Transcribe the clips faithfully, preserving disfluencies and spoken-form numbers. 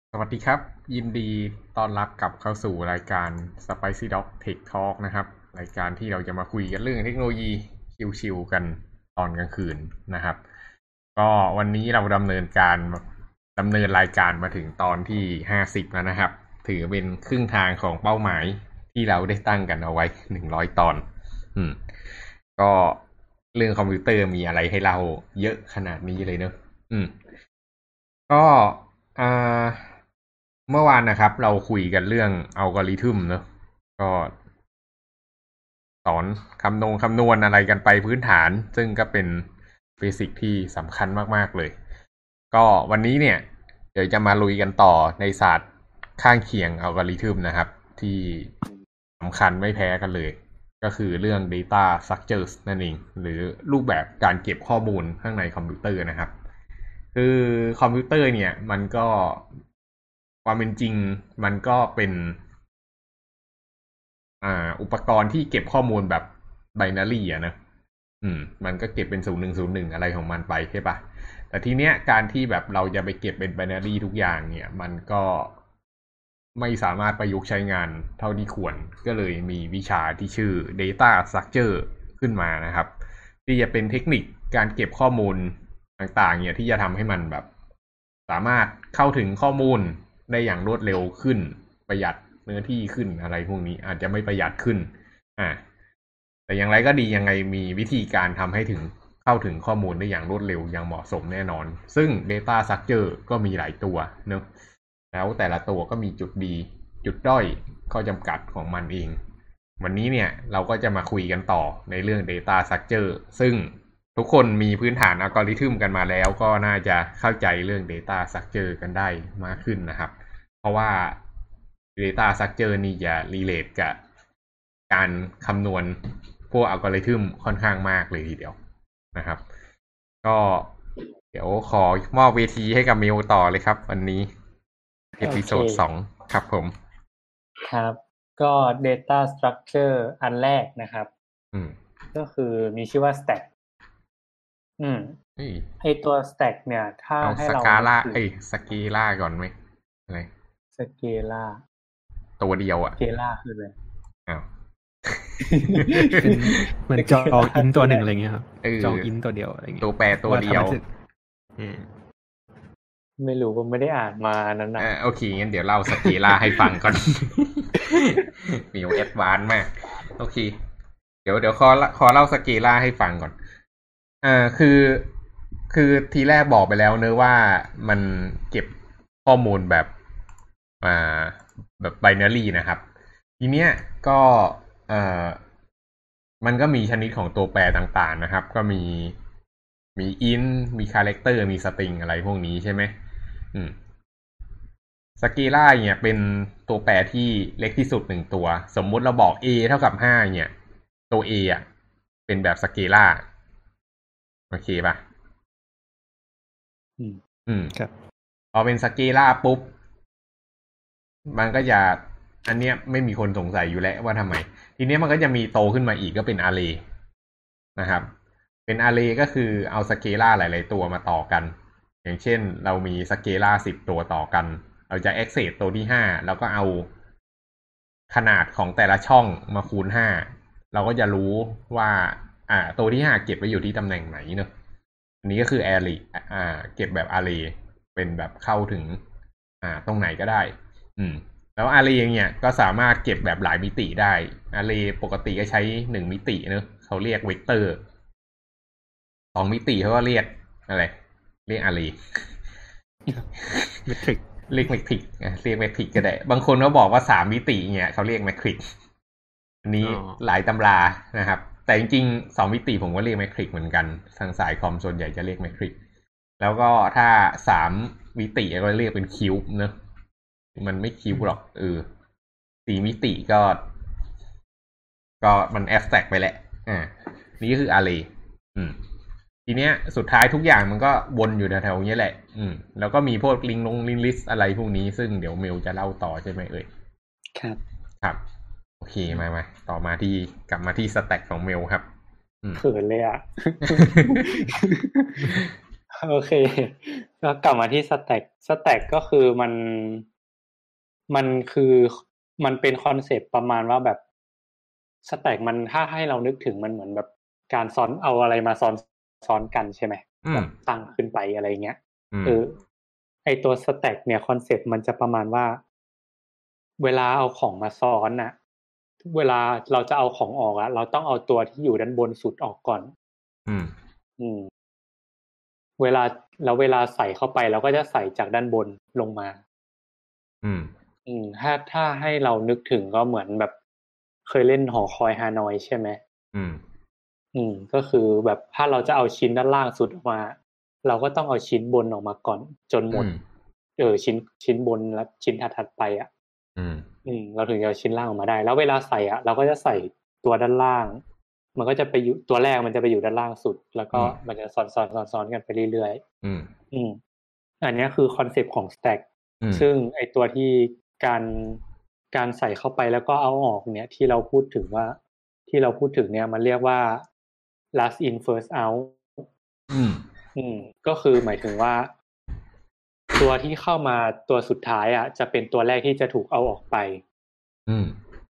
สวัสดีครับยินดีต้อนรับกลับเข้าสู่รายการ Spicy Dog Tech Talk นะครับรายการที่เราจะมาคุยกันเรื่องเทคโนโลยีชิวๆกันตอนกลางคืนนะครับก็วันนี้เราดำเนินการดำเนินรายการมาถึงตอนที่ห้าสิบแล้วนะครับถือเป็นครึ่งทางของเป้าหมายที่เราได้ตั้งกันเอาไว้หนึ่งร้อยตอนอืมก็เรื่องคอมพิวเตอร์มีอะไรให้เราเยอะขนาดนี้เลยเนอะอืมก็อ่า เมื่อวานนะครับเราคุยกันเรื่องอัลกอริทึมเนอะก็สอนคำนงคำนวณอะไรกันไปพื้นฐานซึ่งก็เป็นเบสิกที่สำคัญมากๆเลยก็วันนี้เนี่ยเดี๋ยวจะมาลุยกันต่อในศาสตร์ข้างเคียงอัลกอริทึมนะครับที่สำคัญไม่แพ้กันเลยก็คือเรื่อง Data Structures นั่นเองหรือรูปแบบการเก็บข้อมูลข้างในคอมพิวเตอร์นะครับคือคอมพิวเตอร์เนี่ยมันก็ความเป็นจริงมันก็เป็นอ่าอุปกรณ์ที่เก็บข้อมูลแบบไบนารีอะนะอืมมันก็เก็บเป็นศูนย์หนึ่งศูนย์หนึ่งอะไรของมันไปใช่ปะแต่ทีเนี้ยการที่แบบเราจะไปเก็บเป็นไบนารีทุกอย่างเนี่ยมันก็ไม่สามารถประยุกต์ใช้งานเท่าที่ควรก็เลยมีวิชาที่ชื่อ Data Structure ขึ้นมานะครับที่จะเป็นเทคนิคการเก็บข้อมูลต่างๆเนี่ยที่จะทำให้มันแบบสามารถเข้าถึงข้อมูลได้อย่างรวดเร็วขึ้นประหยัดเนื้อที่ขึ้นอะไรพวกนี้อาจจะไม่ประหยัดขึ้นอ่าแต่อย่างไรก็ดียังไงมีวิธีการทำให้ถึงเข้าถึงข้อมูลได้อย่างรวดเร็วอย่างเหมาะสมแน่นอนซึ่ง Data Structure ก็มีหลายตัวเนอะแล้วแต่ละตัวก็มีจุดดีจุดด้อยข้อจำกัดของมันเองวันนี้เนี่ยเราก็จะมาคุยกันต่อในเรื่อง Data Structure ซึ่งทุกคนมีพื้นฐานอัลกอริทึมกันมาแล้วก็น่าจะเข้าใจเรื่อง Data Structure กันได้มากขึ้นนะครับเพราะว่า Data Structure นี่จะ relate กับการคำนวณพวกอัลกอริทึมค่อนข้างมากเลยทีเดียวนะครับก็เดี๋ยวขอมอบเวทีให้กับมิวต่อเลยครับวันนี้เอพิโซดสองครับผมครับก็ data structure อันแรกนะครับอืมก็คือมีชื่อว่า stack อืมไอตัว stack เนี่ยถ้าเอาให้สเรากาล่านึกถึงเอ้ยสกีล่าก่อนไหมอะไร scala ตัวเดียวอ่ะ scala คืออะไรอ้าวเป็นเหมือนจองอินตัวหนึ่งอะไรเงี้ยครับเออจองอินตัวเดียวอะไรเงี้ยตัวแปรตัวเดียวาทำไมถึงอืมไม่รู้ผมไม่ได้อ่านมานั้นนะอ่าโอเคงั้นเดี๋ยวเล่าสเกล่าให้ฟังก่อน มีแอดวานซ์มากโอเคเดี๋ยวเดี๋ยวขอขอเล่าสเกล่าให้ฟังก่อนอ่าคือคือทีแรกบอกไปแล้วเนอะว่ามันเก็บข้อมูลแบบอ่าแบบไบนารีนะครับทีเนี้ยก็เอ่อมันก็มีชนิดของตัวแปรต่างๆนะครับก็มีมี int มี character มี string อะไรพวกนี้ใช่ไหมอืม สเกล่าเนี่ยเป็นตัวแปรที่เล็กที่สุดหนึ่งตัวสมมุติเราบอก a เท่ากับห้าเนี่ยตัว a อ่ะเป็นแบบสเกล่าโอเคป่ะอืมอืมครับพอเป็นสเกล่าปุ๊บมันก็จะอันเนี้ยไม่มีคนสงสัยอยู่แล้วว่าทำไมทีเนี้ยมันก็จะมีโตขึ้นมาอีกก็เป็นอาร์เรย์นะครับเป็นอาร์เรย์ก็คือเอาสเกล่าหลายๆตัวมาต่อกันอย่างเช่นเรามีสเกล่าสิบตัวต่อกันเราจะ access ตัวที่ห้าแล้วก็เอาขนาดของแต่ละช่องมาคูณห้าเราก็จะรู้ว่าอ่าตัวที่ห้าเก็บไว้อยู่ที่ตำแหน่งไหนเนอะอันนี้ก็คือ array อ่าเก็บแบบ array เป็นแบบเข้าถึงอ่าตรงไหนก็ได้อืมแล้ว array เนี่ยก็สามารถเก็บแบบหลายมิติได้ array ปกติก็ใช้หนึ่งมิติเนอะเขาเรียกเวกเตอร์สองมิติเขาก็เรียกอะไรเรียก array เมทริกเรียกเมทริกเรียกเมทริกก็ได้บางคนก็บอกว่าสามมิติเนี่ยเขาเรียกเมทริกอันนี้หลายตำรานะครับแต่จริงๆสองมิติผมก็เรียกเมทริกเหมือนกันทางสายคอมส่วนใหญ่จะเรียกเมทริกแล้วก็ถ้าสามมิติก็เรียกเป็นคิวบ์เนอะมันไม่คิวบ์หรอกเออสี่มิติก็ก็มันแอบสแต็กไปแหละอ่านี่ก็คืออาร์เรย์อืมทีเนี้ยสุดท้ายทุกอย่างมันก็วนอยู่แถวๆนี้แหละอืมแล้วก็มีพวกลิงลงลิงลิสอะไรพวกนี้ซึ่งเดี๋ยวเมลจะเล่าต่อใช่ไหมเอ่ยครับครับโอเคมามาต่อมาที่กลับมาที่สแต็กของเมลครับเขินเลยอ่ะโอเคก็กลับมาที่สแต็กสแต็กก็คือมันมันคือมันเป็นคอนเซปต์ประมาณว่าแบบสแต็กมันถ้าให้เรานึกถึงมันเหมือนแบบการซ้อนเอาอะไรมาซ้อนซ้อนกันใช่ไหมแบบตั้งขึ้นไปอะไรเงี้ยเออไอตัวสแต็กเนี่ยคอนเซปต์มันจะประมาณว่าเวลาเอาของมาซ้อนน่ะเวลาเราจะเอาของออกอะเราต้องเอาตัวที่อยู่ด้านบนสุดออกก่อนอืมอืมเวลาแล้วเวลาใส่เข้าไปเราก็จะใส่จากด้านบนลงมาอืมอืมถ้าถ้าให้เรานึกถึงก็เหมือนแบบเคยเล่นหอคอยฮานอยใช่ไหมอืมอืมก็คือแบบถ้าเราจะเอาชิ้นด้านล่างสุดออกมาเราก็ต้องเอาชิ้นบนออกมาก่อนจนหมดเออชิ้นชิ้นบนแล้วชิ้นถัดๆไปอ่ะอืมอืมเราถึงจะเอาชิ้นล่างออกมาได้แล้วเวลาใส่อ่ะเราก็จะใส่ตัวด้านล่างมันก็จะไปอยู่ตัวแรกมันจะไปอยู่ด้านล่างสุดแล้วก็มันจะซ้อนๆๆๆกันไปเรื่อยๆอืมอืมอันนี้คือคอนเซปต์ของ stack ซึ่งไอตัวที่การการใส่เข้าไปแล้วก็เอาออกเนี่ยที่เราพูดถึงว่าที่เราพูดถึงเนี่ยมันเรียกว่า last in first out อืมอืมก็คือหมายถึงว่าตัวที่เข้ามาตัวสุดท้ายอ่ะจะเป็นตัวแรกที่จะถูกเอาออกไปอืม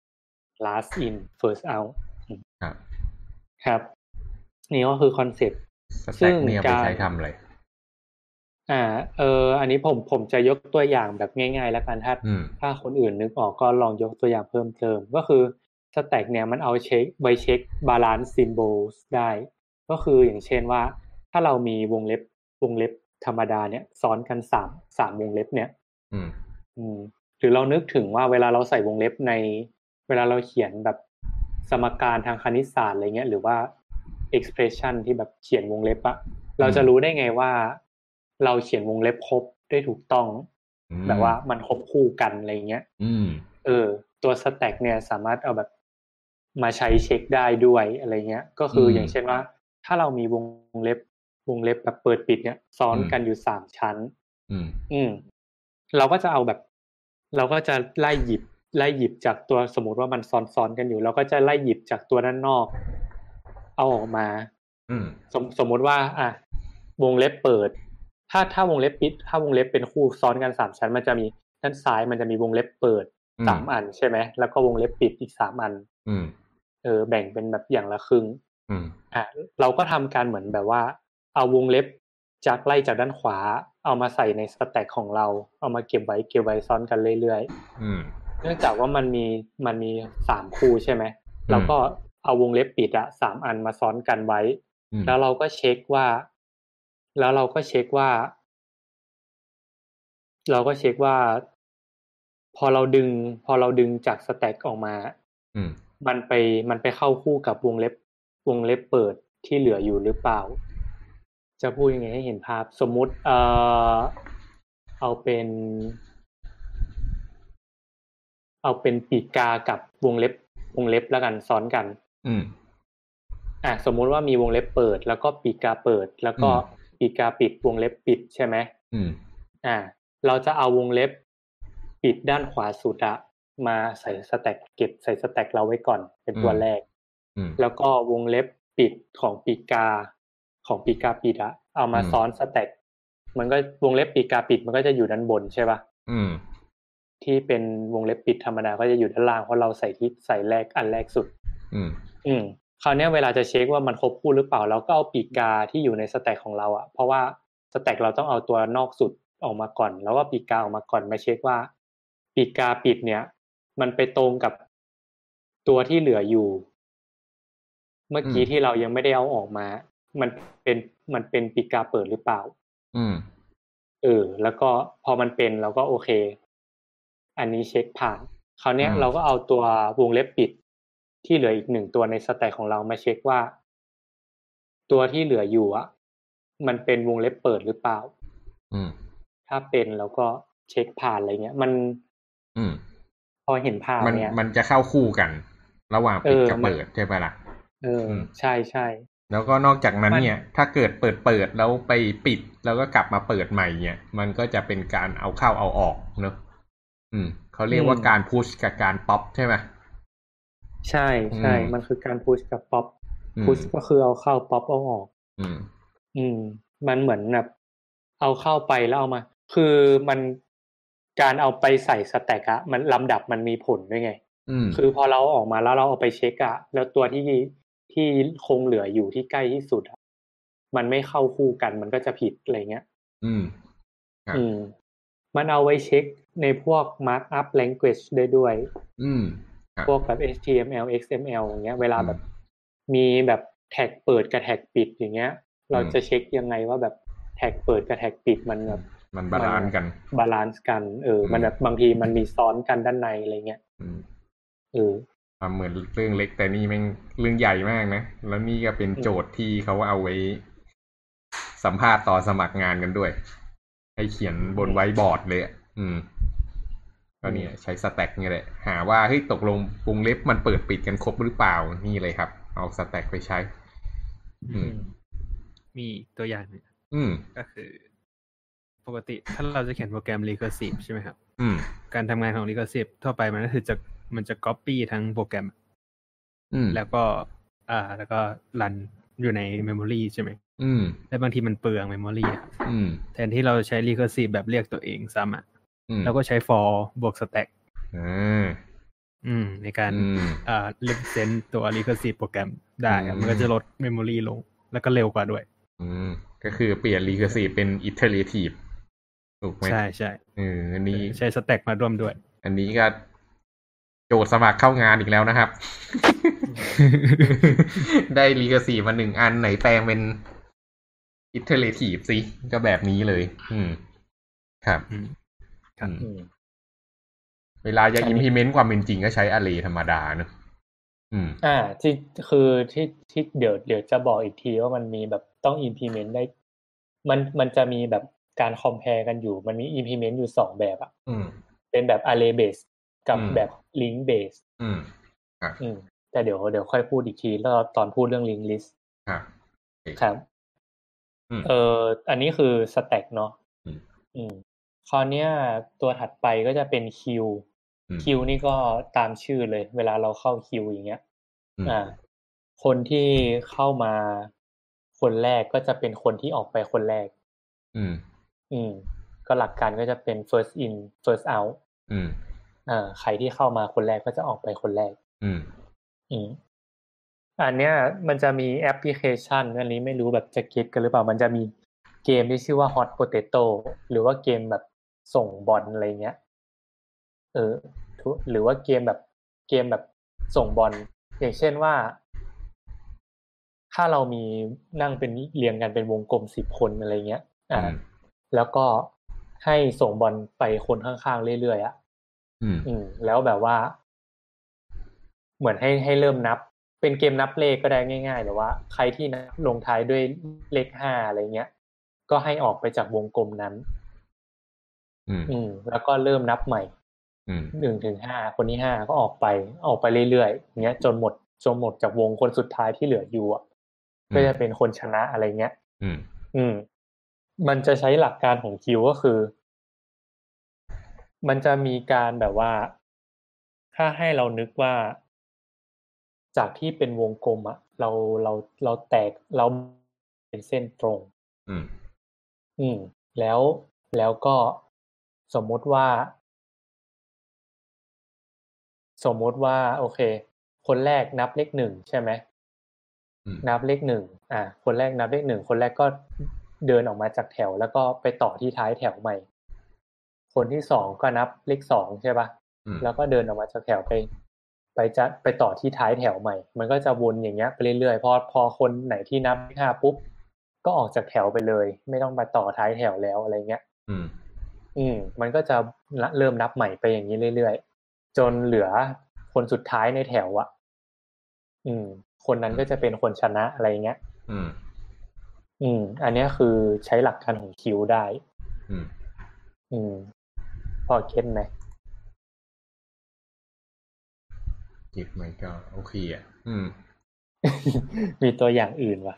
last in first out ครับครับนี่ก็คือคอนเซ็ปต์ซึ่งเนี่ยไปใช้ทำอะไรอ่าเอออันนี้ผมผมจะยกตัวอย่างแบบง่ายๆแล้วกันถ้าถ้าคนอื่นนึกออกก็ลองยกตัวอย่างเพิ่มเติมก็คือสแต็กเนี่ยมันเอาเช็คไว้เช็คบาลานซ์ซิมโบลส์ได้ก็คืออย่างเช่นว่าถ้าเรามีวงเล็บวงเล็บธรรมดาเนี่ยซ้อนกันสามสามวงเล็บเนี่ยอืมอืมหรือเรานึกถึงว่าเวลาเราใส่วงเล็บในเวลาเราเขียนแบบสมการทางคณิตศาสตร์อะไรเงี้ยหรือว่า expression ที่แบบเขียนวงเล็บอะเราจะรู้ได้ไงว่าเราเขียนวงเล็บครบได้ถูกต้องแบบว่ามันครบคู่กันอะไรเงี้ยเออตัวสแต็กเนี่ยสามารถเอาแบบมาใช้เช็คได้ด้วยอะไรเงี้ยก็คืออย่างเช่นว่าถ้าเรามีวงเล็บวงเล็บแบบเปิดปิดเนี่ยซ้อนกันอยู่สามชั้นอืมอืมเราก็จะเอาแบบเราก็จะไล่หยิบไล่หยิบจากตัวสมมติว่ามันซ้อนๆกันอยู่เราก็จะไล่หยิบจากตัวด้านนอกเอาออกมาอืมสมสมมติว่าอ่ะวงเล็บเปิดถ้าถ้าวงเล็บปิดถ้าวงเล็บเป็นคู่ซ้อนกันสามชั้นมันจะมีด้านซ้ายมันจะมีวงเล็บเปิดสามอันใช่ไหมแล้วก็วงเล็บปิดอีกสามอันอืมเออแบ่งเป็นแบบอย่างละครึ่งอืมอ่ะเราก็ทำการเหมือนแบบว่าเอาวงเล็บจากไล่จากด้านขวาเอามาใส่ในสแต็กของเราเอามาเก็บไว้เก็บไว้ซ้อนกันเรื่อยๆอืมเนื่องจากว่ามันมีมันมีสามคู่ใช่ไหมเราก็เอาวงเล็บปิดอะสามอันมาซ้อนกันไว้แล้วเราก็เช็คว่าแล้วเราก็เช็คว่าเราก็เช็คว่าพอเราดึงพอเราดึงจากสแต็กออกมาอืมมันไปมันไปเข้าคู่กับวงเล็บวงเล็บเปิดที่เหลืออยู่หรือเปล่าจะพูดยังไงให้เห็นภาพสมมุติเอ่อเอาเป็นเอาเป็นปีกกากับวงเล็บวงเล็บแล้วกันซ้อนกันอืมอ่ะสมมุติว่ามีวงเล็บเปิดแล้วก็ปีกกาเปิดแล้วก็ปีกกาปิดวงเล็บปิดใช่ไหมอืมอ่าเราจะเอาวงเล็บปิดด้านขวาสุดอะมาใส่สแต็กเก็บใส่สแต็กเราไว้ก่อนเป็นตัวแรกแล้วก็วงเล็บปิดของปีกกาของปีกกาปิดอะเอามาซ้อนสแต็กมันก็วงเล็บปีกกาปิดมันก็จะอยู่ด้านบนใช่ป่ะอืมที่เป็นวงเล็บปิดธรรมดาก็จะอยู่ด้านล่างเพราะเราใส่ที่ใส่แรกอันแรกสุดอืมอืมคราวนี้เวลาจะเช็คว่ามันครบคู่หรือเปล่าเราก็เอาปีกกาที่อยู่ในสแต็กของเราอะเพราะว่าสแต็กเราต้องเอาตัวนอกสุดออกมาก่อนแล้วก็ปีกกาออกมาก่อนมาเช็คว่าปีกกาปิดเนี่ยมันไปตรงกับตัวที่เหลืออยู่เมื่อกี้ที่เรายังไม่ได้เอาออกมามันเป็นมันเป็นปีกกาเปิดหรือเปล่าอืมเออแล้วก็พอมันเป็นเราก็โอเคอันนี้เช็คผ่านคราวนี้เราก็เอาตัววงเล็บปิดที่เหลืออีกหนึ่งตัวในสแต็กของเรามาเช็คว่าตัวที่เหลืออยู่อ่ะมันเป็นวงเล็บเปิดหรือเปล่าอืมถ้าเป็นเราก็เช็คผ่านอะไรเงี้ยมันอืมพอเห็นภาพเนี่ยมันจะเข้าคู่กันระหว่างปิดกับเปิดใช่ไหมล่ะเออใช่ใช่แล้วก็นอกจากนั้นเนี่ยถ้าเกิดเปิดเปิดแล้วไปปิดแล้วก็กลับมาเปิดใหม่เนี่ยมันก็จะเป็นการเอาเข้าเอาออกเนอะอืมเขาเรียกว่าการพุชกับการป๊อปใช่ไหมใช่ใช่มันคือการพุชกับป๊อปพุชก็คือเอาเข้าป๊อปเอาออกอืมอืมมันเหมือนแบบเอาเข้าไปแล้วเอามาคือมันการเอาไปใส่สแต็กอะมันลำดับมันมีผลด้วยไงคือพอเราออกมาแล้วเราเอาไปเช็คอะแล้วตัวที่ที่คงเหลืออยู่ที่ใกล้ที่สุดมันไม่เข้าคู่กันมันก็จะผิดอะไรเงี้ยอืมอืมมันเอาไว้เช็คในพวก markup language ได้ด้วยอืมพวกแบบ เอช ที เอ็ม แอล เอ็กซ์ เอ็ม แอล อย่างเงี้ยเวลาแบบมีแบบแท็กเปิดกับแท็กปิดอย่างเงี้ยเราจะเช็คยังไงว่าแบบแท็กเปิดกับแท็กปิดมันแบบมันบาลานซ์กันบาลานซ์กันเออมันแบบบางทีมันมีซ้อนกันด้านในอะไรเงี้ยเออทำเหมือนเรื่องเล็กแต่นี่แม่งเรื่องใหญ่มากนะแล้วนี่ก็เป็นโจทย์ที่เขาเอาไว้สัมภาษณ์ต่อสมัครงานกันด้วยให้เขียนบนไวท์บอร์ดเลยอืมก็เนี่ยใช้สแต็กนี่แหละหาว่าเฮ้ยตกลงวงเล็บมันเปิดปิดกันครบหรือเปล่านี่เลยครับเอาสแต็กไปใช้อืมมีตัวอย่างนึงอืมก็คือปกติถ้าเราจะเขียนโปรแกรม recursive ใช่ไหมครับอืมการทำงานของ recursive ทั่วไปมันก็คือจะมันจะ copy ทั้งโปรแกรมอืมแล้วก็อ่าแล้วก็รันอยู่ใน memory ใช่ไหมอืมแต่บางทีมันเปลือง memory อ่ะอืมแทนที่เราใช้ recursive แบบเรียกตัวเองซ้ำอ่ะแล้วก็ใช้ for บวก stack อืมอืมในการอ่า represent ตัว recursive โปรแกรมได้มันก็จะลด memory ลงแล้วก็เร็วกว่าด้วยอืมก็คือเปลี่ยน recursive เป็น iterative ถูกไหมใช่ใช่เอออันนี้ใช้ stack มาร่วมด้วยอันนี้ก็โจทย์สมัครเข้างานอีกแล้วนะครับ ได้ recursive มาหนึ่งอันไหนแปลงเป็น iterative สิก็แบบนี้เลยอืมครับครับเวลาจะ implement ความเป็นจริงก็ใช้ array ธรรมดาเนอะอืมอ่าที่คือที่ที่เดี๋ยวเดี๋ยวจะบอกอีกทีว่ามันมีแบบต้อง implement ได้มันมันจะมีแบบการ compare กันอยู่มันมี implement อยู่สองแบบอ่ะอืมเป็นแบบ array base กับแบบ link base อืมครับอืมแต่เดี๋ยวเดี๋ยวค่อยพูดอีกทีแล้วตอนพูดเรื่อง link list ครับครับเอ่ออันนี้คือ stack เนาะอืมคราวเนี้ยตัวถัดไปก็จะเป็น queue queue นี่ก็ตามชื่อเลยเวลาเราเข้า queue อย่างเงี้ยอ่าคนที่เข้ามาคนแรกก็จะเป็นคนที่ออกไปคนแรกอืมอืมก็หลักการก็จะเป็น first in first out อืมอ่าใครที่เข้ามาคนแรกก็จะออกไปคนแรกอืมอืมอันเนี้ยมันจะมีแอปพลิเคชันอันนี้ไม่รู้แบบจะเก็ตกันหรือเปล่ามันจะมีเกมที่ชื่อว่า Hot Potato หรือว่าเกมแบบส่งบอลอะไรเงี้ยเออหรือว่าเกมแบบเกมแบบส่งบอลอย่างเช่นว่าถ้าเรามีนั่งเป็นเรียงกันเป็นวงกลมสิบคนอะไรเงี้ยอ่าแล้วก็ให้ส่งบอลไปคนข้างๆเรื่อยๆอ่ะอืมอืมแล้วแบบว่าเหมือนให้ให้เริ่มนับเป็นเกมนับเลขก็ได้ง่ายๆแต่ว่าใครที่นับลงท้ายด้วยเลขห้าอะไรเงี้ยก็ให้ออกไปจากวงกลมนั้นอืมอืมแล้วก็เริ่มนับใหม่หนึ่งถึงห้าคนที่ห้าก็ออกไปออกไปเรื่อยๆอย่างเงี้ยจนหมดจนหมดจากวงคนสุดท้ายที่เหลืออยู่อ่ะก็จะเป็นคนชนะอะไรเงี้ยอืมอืมมันจะใช้หลักการของคิวก็คือมันจะมีการแบบว่าถ้าให้เรานึกว่าจากที่เป็นวงกลมอ่ะเราเราเราแตกเราเป็นเส้นตรงอืมอืมแล้วแล้วก็สมมุติว่าสมมุติว่าโอเคคนแรกนับเลขหนึ่งใช่ไหมนับเลขหนึ่งอ่าคนแรกนับเลขหนึ่งคนแรกก็เดินออกมาจากแถวแล้วก็ไปต่อที่ท้ายแถวใหม่คนที่สองก็นับเลขสองใช่ป่ะแล้วก็เดินออกมาจากแถวไปไปจะไปต่อที่ท้ายแถวใหม่มันก็จะวนอย่างเงี้ยไปเรื่อยๆพอพอคนไหนที่นับเลขห้าปุ๊บก็ออกจากแถวไปเลยไม่ต้องมาต่อท้ายแถวแล้วอะไรเงี้ยอืมอืมมันก็จะเริ่มนับใหม่ไปอย่างนี้เรื่อยๆจนเหลือคนสุดท้ายในแถวอ่ะอืมคนนั้นก็จะเป็นคนชนะอะไรเงี้ยอืมอืมอันนี้คือใช้หลักการของคิวได้อืมอืมพอเก็ตไหมเก็ตไหมก็โอเคอ่ะอืมมีตัวอย่างอื่นวะ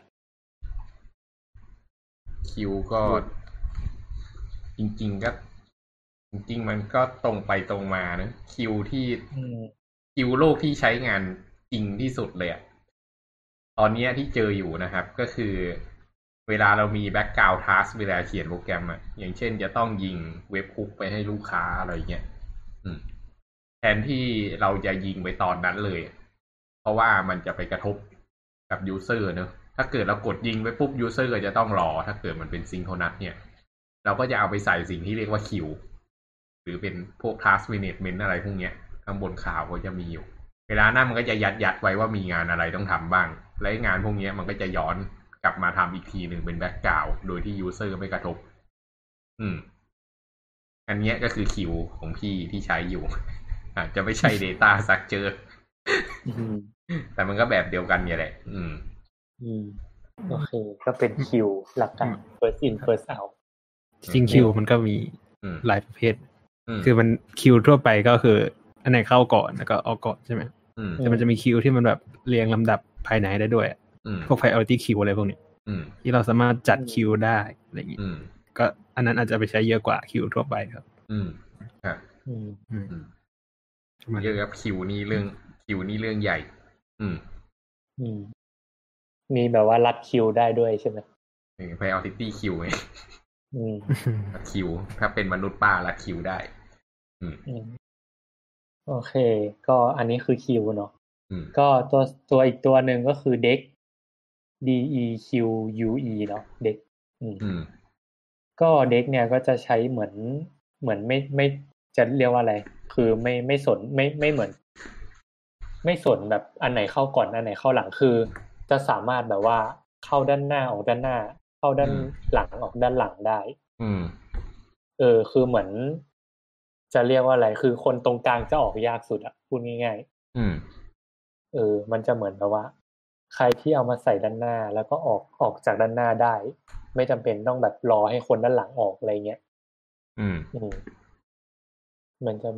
คิวก็จริงๆก็จริงๆมันก็ตรงไปตรงมานะคิวที่คิวโลกที่ใช้งานจริงที่สุดเลยอะตอนนี้ที่เจออยู่นะครับก็คือเวลาเรามี background task เวลาเขียนโปรแกรมอะอย่างเช่นจะต้องยิงเว็บฮุกไปให้ลูกค้าอะไรเงี้ยแทนที่เราจะยิงไปตอนนั้นเลยเพราะว่ามันจะไปกระทบกับ user เนอะถ้าเกิดเรากดยิงไปปุ๊บ user จะต้องรอถ้าเกิดมันเป็น synchronous เนี่ยเราก็จะเอาไปใส่สิ่งที่เรียกว่าคิวหรือเป็นพวก task management อะไรพวกเนี้ยข้างบนข่าวก็จะมีอยู่เวลานั้นมันก็จะยัดยัดไว้ว่ามีงานอะไรต้องทำบ้างและงานพวกนี้มันก็จะย้อนกลับมาทำอีกทีหนึ่งเป็นแบ็กกราวด์โดยที่ user ไม่กระทบอืมอันนี้ก็คือคิวของพี่ที่ใช้อยู่อาจจะไม่ใช่ data structure แต่มันก็แบบเดียวกันเนี่ยแหละอืมอืมโอเคก็เป็นคิวหลักการ first in first out จริงคิวมันก็มีหลายประเภทคือมันคิวทั่วไปก็คืออันไหนเข้าก่อนแล้วก็ออกก่อนใช่ไหมแต่มันจะมีคิวที่มันแบบเรียงลำดับภายในได้ด้วยพวก priority queue อะไรพวกนี้ที่เราสามารถจัดคิวได้อะไรอย่างนี้ก็อันนั้นอาจจะไปใช้เยอะกว่าคิวทั่วไปครับอืมครับอืมอืมเยอะครับคิวนี่เรื่องคิวนี่เรื่องใหญ่อืมอืมมีแบบว่ารัดคิวได้ด้วยใช่ไหมเออ priority queue ไงอืมรัดคิวถ้าเป็นมนุษย์ป้ารัดคิวได้อืมโอเคก็อันนี้คือคิวเนาะก็ตัวตัวอีกตัวหนึ่งก็คือ deck D E Q U E เนาะ deck อืมก็ deck เนี่ยก็จะใช้เหมือนเหมือนไม่ไม่จะเรียกว่าอะไรคือไม่ไม่สนไม่ไม่เหมือนไม่สนแบบอันไหนเข้าก่อนอันไหนเข้าหลังคือจะสามารถแบบว่าเข้าด้านหน้าออกด้านหน้าเข้าด้านหลังออกด้านหลังได้อืมเออคือเหมือนจะเรียกว่าอะไรคือคนตรงกลางจะออกยากสุดอะพูดง่ายๆอืมเออมันจะเหมือนแบบว่าใครที่เอามาใส่ด้านหน้าแล้วก็ออกออกจากด้านหน้าได้ไม่จำเป็นต้องแบบรอให้คนด้านหลังออกอะไรเงี้ยอืมอืมมันจะ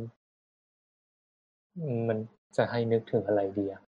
มันจะให้นึกถึงอะไรดีอะ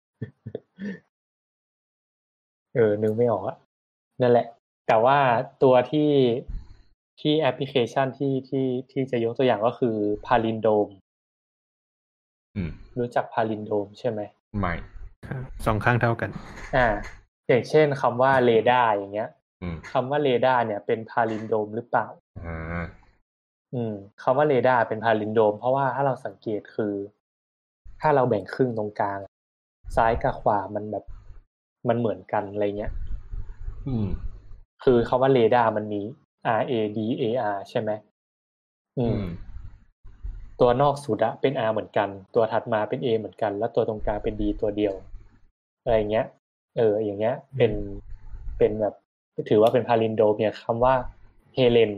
เออนึกไม่ออกอะนั่นแหละแต่ว่าตัวที่ที่แอปพลิเคชันที่ที่ที่จะยกตัวอย่างก็คือ Palindrome อืมรู้จัก Palindrome ใช่ไหมไม่สองข้างเท่ากันอ่าอย่างเช่นคำว่าเรดาร์อย่างเงี้ยคำว่าเรดาร์เนี่ยเป็น Palindrome หรือเปล่าอ่าอืมคำว่าเรดาร์เป็น Palindrome เพราะว่าถ้าเราสังเกตคือถ้าเราแบ่งครึ่งตรงกลางซ้ายกับขวามันแบบมันเหมือนกันอะไรเงี้ยอืมคือคำว่าเรดาร์มันมี R A D A R ใช่ไหมอืมตัวนอกสุดอะเป็น R เหมือนกันตัวถัดมาเป็น A เหมือนกันแล้วตัวตรงกลางเป็น D ตัวเดียวอะไรเงี้ยเอออย่างเงี้ยเป็นเป็นแบบถือว่าเป็นพาลินโดมเนี่ยคำว่าเฮเลน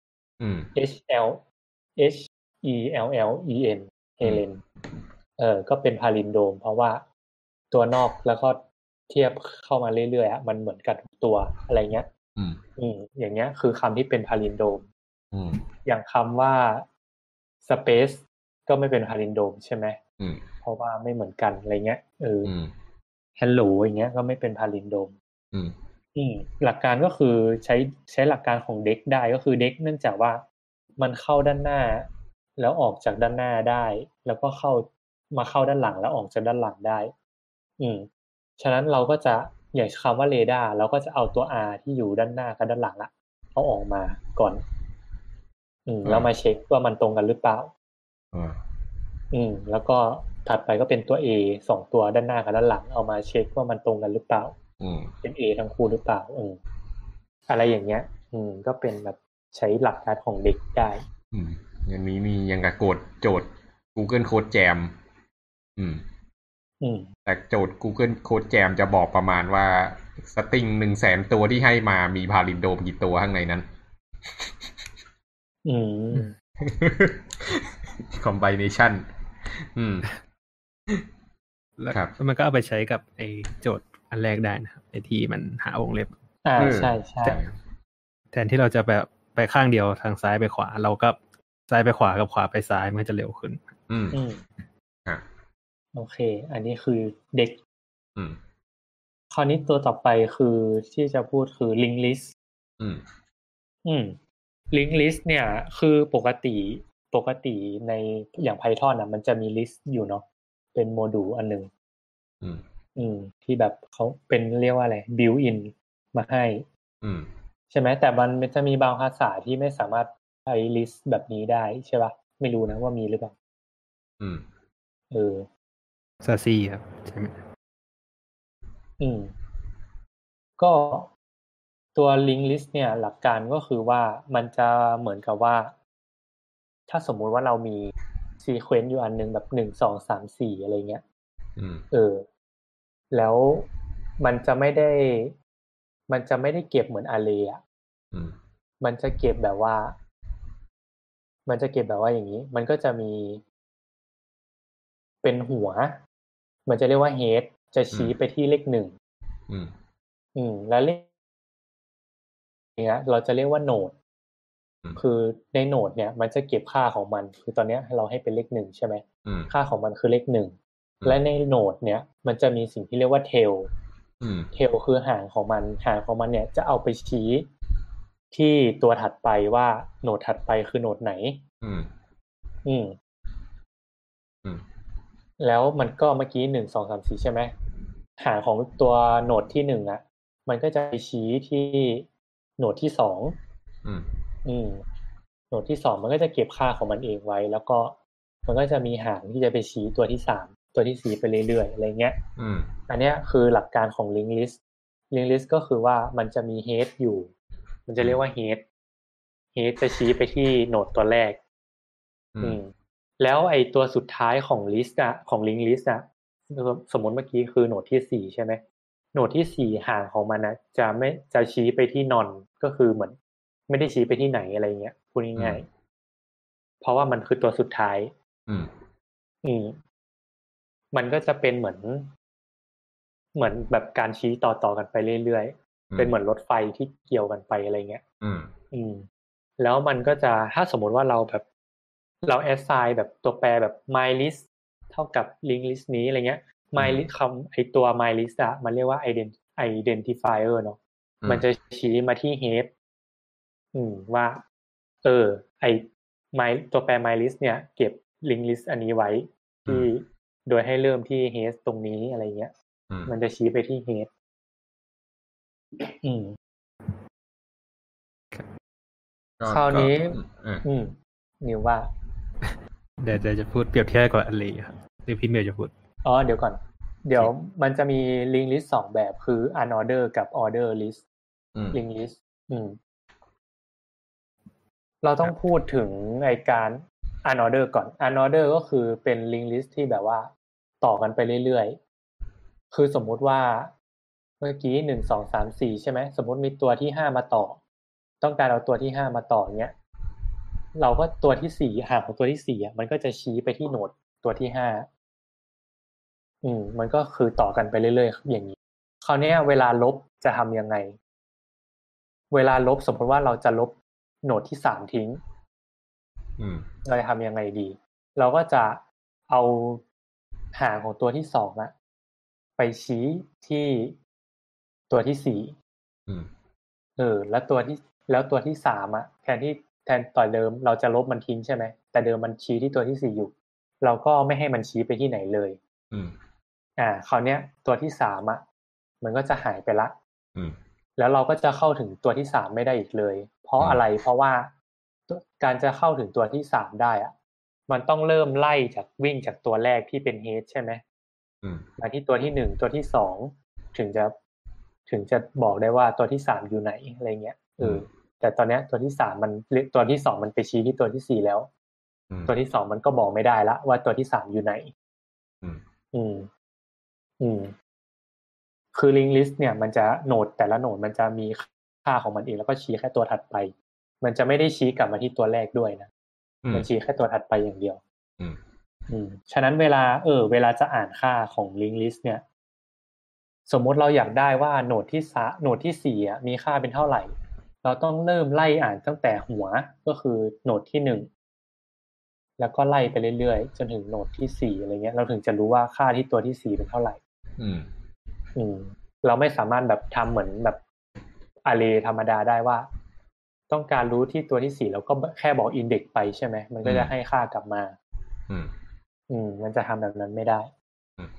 H L H E L L E N เฮเลนเออก็เป็นพาลินโดมเพราะว่าตัวนอกแล้วก็เทียบเข้ามาเรื่อยๆอ่ะมันเหมือนกันทุกตัวอะไรเงี้ยอืมอืมอย่างเงี้ยคือคำที่เป็นพาลินโดมอืมอย่างคำว่า space ก็ไม่เป็นพาลินโดมใช่ไหมอืมเพราะว่าไม่เหมือนกันอะไรเงี้ยเออhello อย่างเงี้ยก็ไม่เป็นพาลินโดมอืมอืมหลักการก็คือใช้ใช้หลักการของเด็กได้ก็คือเด็กเนื่องจากว่ามันเข้าด้านหน้าแล้วออกจากด้านหน้าได้แล้วก็เข้ามาเข้าด้านหลังแล้วออกจากด้านหลังได้อืมฉะนั้นเราก็จะอย่างคำว่าเรดาร์เราก็จะเอาตัว R ที่อยู่ด้านหน้ากับด้านหลังอะเอาออกมาก่อนอืมแล้วมาเช็คว่ามันตรงกันหรือเปล่าอืมอืมแล้วก็ถัดไปก็เป็นตัว A สองตัวด้านหน้ากับด้านหลังเอามาเช็คว่ามันตรงกันหรือเปล่าอืมเป็น A ทั้งคู่หรือเปล่าอืมอะไรอย่างเงี้ยอืมก็เป็นแบบใช้หลักการของเด็กได้อืมอย่างนี้มียังกับโกดโจทย์ Google Code Jam อืมอืมแต่โจทย์ Google Code Jam จะบอกประมาณว่าสตริงหนึ่งแสนตัวที่ให้มามีพาลินโดมกี่ตัวข้างในนั้นอืม combination อืมแล้วมันก็เอาไปใช้กับไอ้โจทย์อันแรกได้นะครับไอ้ที่มันหาวงเล็บอ่าใช่ใช่แทนที่เราจะแบบไปข้างเดียวทางซ้ายไปขวาเราก็ซ้ายไปขวากับขวาไปซ้ายมันจะเร็วขึ้นอืมอืมอ่ะโอเคอันนี้คือเด็กอืมคราวนี้ตัวต่อไปคือที่จะพูดคือ link list อืมอืม link list เนี่ยคือปกติปกติในอย่าง Python อ่ะมันจะมี list อยู่เนาะเป็นโมดูลอันนึงอืมอืมที่แบบเขาเป็นเรียกว่าอะไร built in มาให้อืมใช่ไหมแต่มันจะมีบางภาษาที่ไม่สามารถใช้ list แบบนี้ได้ใช่ป่ะไม่รู้นะว่ามีหรือเปล่าอืมเออซาซีครับใช่ไหมอืมก็ตัว link list เนี่ยหลักการก็คือว่ามันจะเหมือนกับว่าถ้าสมมุติว่าเรามีซีเควนซ์อยู่อันนึงแบบหนึ่งสองสามสี่อะไรเงี้ยเออแล้วมันจะไม่ได้มันจะไม่ได้เก็บเหมือนอาร์เรย์อ่ะมันจะเก็บแบบว่ามันจะเก็บแบบว่าอย่างนี้มันก็จะมีเป็นหัวมันจะเรียกว่า head จะชี้ไปที่เลขหนึ่งอืมอืมแล้วเลขเนี้ยเราจะเรียกว่าโนดคือในโนดเนี่ยมันจะเก็บค่าของมันคือตอนนี้เราให้เป็นเลขหนึ่งใช่ไหมค่าของมันคือเลขหนึ่งและในโนดเนี่ยมันจะมีสิ่งที่เรียกว่าเทลเทลคือหางของมันหางของมันเนี่ยจะเอาไปชี้ที่ตัวถัดไปว่าโหนดถัดไปคือโหนดไหนอืมอืมอืมแล้วมันก็เมื่อกี้หนึ่งสองสามสี่ใช่ไหมหางของตัวโหนดที่หนึ่งอ่ะมันก็จะไปชี้ที่โหนดที่สองอืมอืมโหนดที่สองมันก็จะเก็บค่าของมันเองไว้ แล้วก็มันก็จะมีหางที่จะไปชี้ตัวที่สามตัวที่สี่ไปเรื่อยๆอะไรเงี้ยอืมอันเนี้ยคือหลักการของ linked list linked list ก็คือว่ามันจะมี head อยู่มันจะเรียกว่า head head จะชี้ไปที่โหนดตัวแรกอืมแล้วไอ้ตัวสุดท้ายของ list อะของ linked list อะสมมติเมื่อกี้คือโหนดที่สี่ใช่ไหมโหนดที่สี่หางของมันนะจะไม่จะชี้ไปที่ none ก็คือเหมือนไม่ได้ชี้ไปที่ไหนอะไรเงี้ยพูดง่ายๆเพราะว่ามันคือตัวสุดท้ายอืมอืมมันก็จะเป็นเหมือนเหมือนแบบการชี้ต่อๆกันไปเรื่อยๆเป็นเหมือนรถไฟที่เกี่ยวกันไปอะไรเงี้ยอืมอืมแล้วมันก็จะถ้าสมมติว่าเราแบบเรา assign แบบตัวแปรแบบ my list เท่ากับ link list นี้อะไรเงี้ย my list คำไอตัว my list อะมันเรียกว่า ident identifier เนาะมันจะชี้มาที่ head อืมว่าเออไอ my ตัวแปร my list เนี่ยเก็บ link list อันนี้ไว้ที่โดยให้เริ่มที่ head ตรงนี้อะไรเงี้ยมันจะชี้ไปที่ head อืมคราวนี้อืมนิวว่าเดี๋ยวจะพูดเปรียบเทียบกับอะไรครับหรือพี่เมย์จะพูดอ๋อเดี๋ยวก่อนเดี๋ยวมันจะมี link list สองแบบคือ unorder กับ order list link list อืมเราต้องพูดถึงไอการ unorder ก่อน unorder ก็คือเป็น link list ที่แบบว่าต่อกันไปเรื่อยๆคือสมมุติว่าเมื่อกี้หนึ่งสองสามสี่ใช่ไหมสมมติมีตัวที่ห้ามาต่อต้องการเอาตัวที่ห้ามาต่อเนี้ยเราก็ตัวที่สี่หางของตัวที่สี่อ่ะมันก็จะชี้ไปที่โหนดตัวที่ห้าอืมมันก็คือต่อกันไปเรื่อยๆอย่างนี้คราวนี้เวลาลบจะทำยังไงเวลาลบสมมติว่าเราจะลบโหนดที่สามทิ้งเราจะทำยังไงดีเราก็จะเอาหางของตัวที่สองอะไปชี้ที่ตัวที่สี่เออแล้วตัวที่แล้วตัวที่สามอะแทนที่แทนต่อเดิมเราจะลบมันทิ้งใช่ไหมแต่เดิมมันชี้ที่ตัวที่สี่อยู่เราก็ไม่ให้มันชี้ไปที่ไหนเลยอ่าคราวเนี้ยตัวที่สามอะมันก็จะหายไปละแล้วเราก็จะเข้าถึงตัวที่สามไม่ได้อีกเลยเพราะอะไรเพราะว่าการจะเข้าถึงตัวที่สามได้อะมันต้องเริ่มไล่จากวิ่งจากตัวแรกที่เป็นเฮดใช่ไหมมาที่ตัวที่หนึ่งตัวที่สองถึงจะถึงจะบอกได้ว่าตัวที่สามอยู่ไหนอะไรเงี้ยเออแต่ตอนนี้ตัวที่สามมันตัวที่สองมันไปชี้ที่ตัวที่สี่แล้วตัวที่สองมันก็บอกไม่ได้ละว่าตัวที่สามอยู่ไหนอืมอืมอืมคือ link list เนี่ยมันจะโหนดแต่ละโหนดมันจะมีค่าของมันเองแล้วก็ชี้แค่ตัวถัดไปมันจะไม่ได้ชี้กลับมาที่ตัวแรกด้วยนะมันชี้แค่ตัวถัดไปอย่างเดียวอืมอืมฉะนั้นเวลาเออเวลาจะอ่านค่าของ link list เนี่ยสมมติเราอยากได้ว่าโหนดที่สาโหนดที่สี่อ่ะมีค่าเป็นเท่าไหร่เราต้องเริ่มไล่อ่านตั้งแต่หัวก็คือโหนดที่หนึ่งแล้วก็ไล่ไปเรื่อยๆจนถึงโหนดที่สี่อะไรเงี้ยเราถึงจะรู้ว่าค่าที่ตัวที่สี่เป็นเท่าไหร่อืมอืมเราไม่สามารถแบบทำเหมือนแบบอาร์เรย์ธรรมดาได้ว่าต้องการรู้ที่ตัวที่สี่เราก็แค่บอกอินเด็กซ์ไปใช่ไหมมันก็จะให้ค่ากลับมาอืมอืมมันจะทำแบบนั้นไม่ได้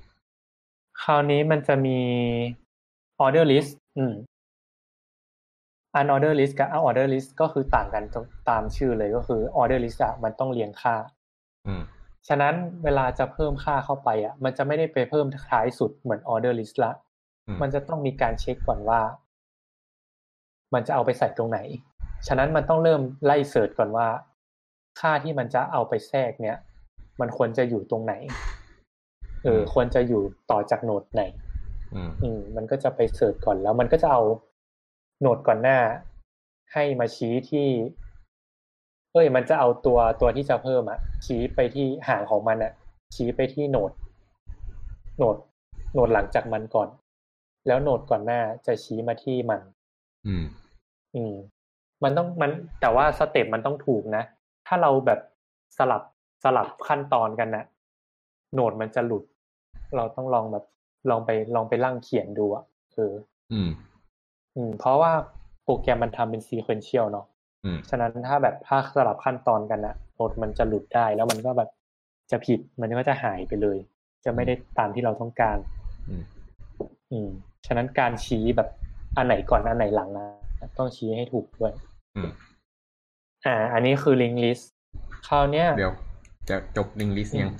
คราวนี้มันจะมี order list อืม unorder list กับ order list ก็คือต่างกันตามชื่อเลยก็คือ order list อ่ะมันต้องเรียงค่าอืมฉะนั้นเวลาจะเพิ่มค่าเข้าไปอ่ะมันจะไม่ได้ไปเพิ่มท้ายสุดเหมือน order list ละมันจะต้องมีการเช็คก่อนว่ามันจะเอาไปใส่ตรงไหนฉะนั้นมันต้องเริ่มไล่เสิร์ชก่อนว่าค่าที่มันจะเอาไปแทรกเนี่ยมันควรจะอยู่ตรงไหนเออควรจะอยู่ต่อจากโหนดไหนอืมมันก็จะไปเสิร์ชก่อนแล้วมันก็จะเอาโหนดก่อนหน้าให้มาชี้ที่เอ้ยมันจะเอาตัวตัวที่จะเพิ่มอ่ะชี้ไปที่หางของมันอ่ะชี้ไปที่โหนดโหนดโหนดหลังจากมันก่อนแล้วโหนดก่อนหน้าจะชี้มาที่มันอืมอืมมันต้องมันแต่ว่าสเต็ปมันต้องถูกนะถ้าเราแบบสลับสลับขั้นตอนกันนะโหนดมันจะหลุดเราต้องลองแบบลองไปลองไปลั่งเขียนดูอ่ะเอออืมอืมเพราะว่าโปรแกรมมันทำเป็นซีเควนเชียลเนาะอืมฉะนั้นถ้าแบบถ้าสลับขั้นตอนกันนะโหนดมันจะหลุดได้แล้วมันก็แบบจะผิดมันก็จะหายไปเลยจะไม่ได้ตามที่เราต้องการอืมอืมฉะนั้นการชี้แบบอันไหนก่อนอันไหนหลังนะต้องชี้ให้ถูกด้วยอืมอ่าอันนี้คือ linked list คราวเนี้ยเดี๋ยวจะจบ linked list ยัง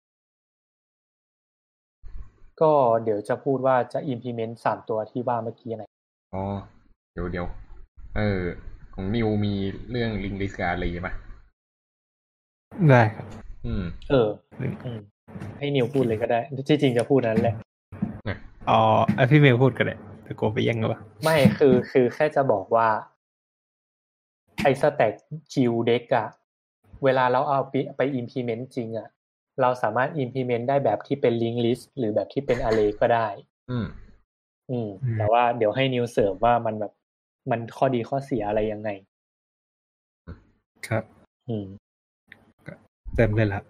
ก็เดี๋ยวจะพูดว่าจะ implement สามตัวที่ว่าเมื่อกี้ไหนอ๋อเดี๋ยวเดี๋ยวเออของนิวมีเรื่อง linked list กับอะไรป่ะได้ครับอืมเออให้นิวพูดเลยก็ได้ที่จริงจะพูดนั้นแหละอ๋อไอพี่เมลพูดก็ได้แต่โกไปแย่งก็ว่าไม่คือคือแค่จะบอกว่าไอ้ stack queue deck อะเวลาเราเอาไปไป implement จริงอะเราสามารถ implement ได้แบบที่เป็น linked list หรือแบบที่เป็น array ก็ได้อืมอืมแต่ว่าเดี๋ยวให้นิวเสริมว่ามันแบบมันข้อดีข้อเสียอะไรยังไงครับอืมเต็มเลยละ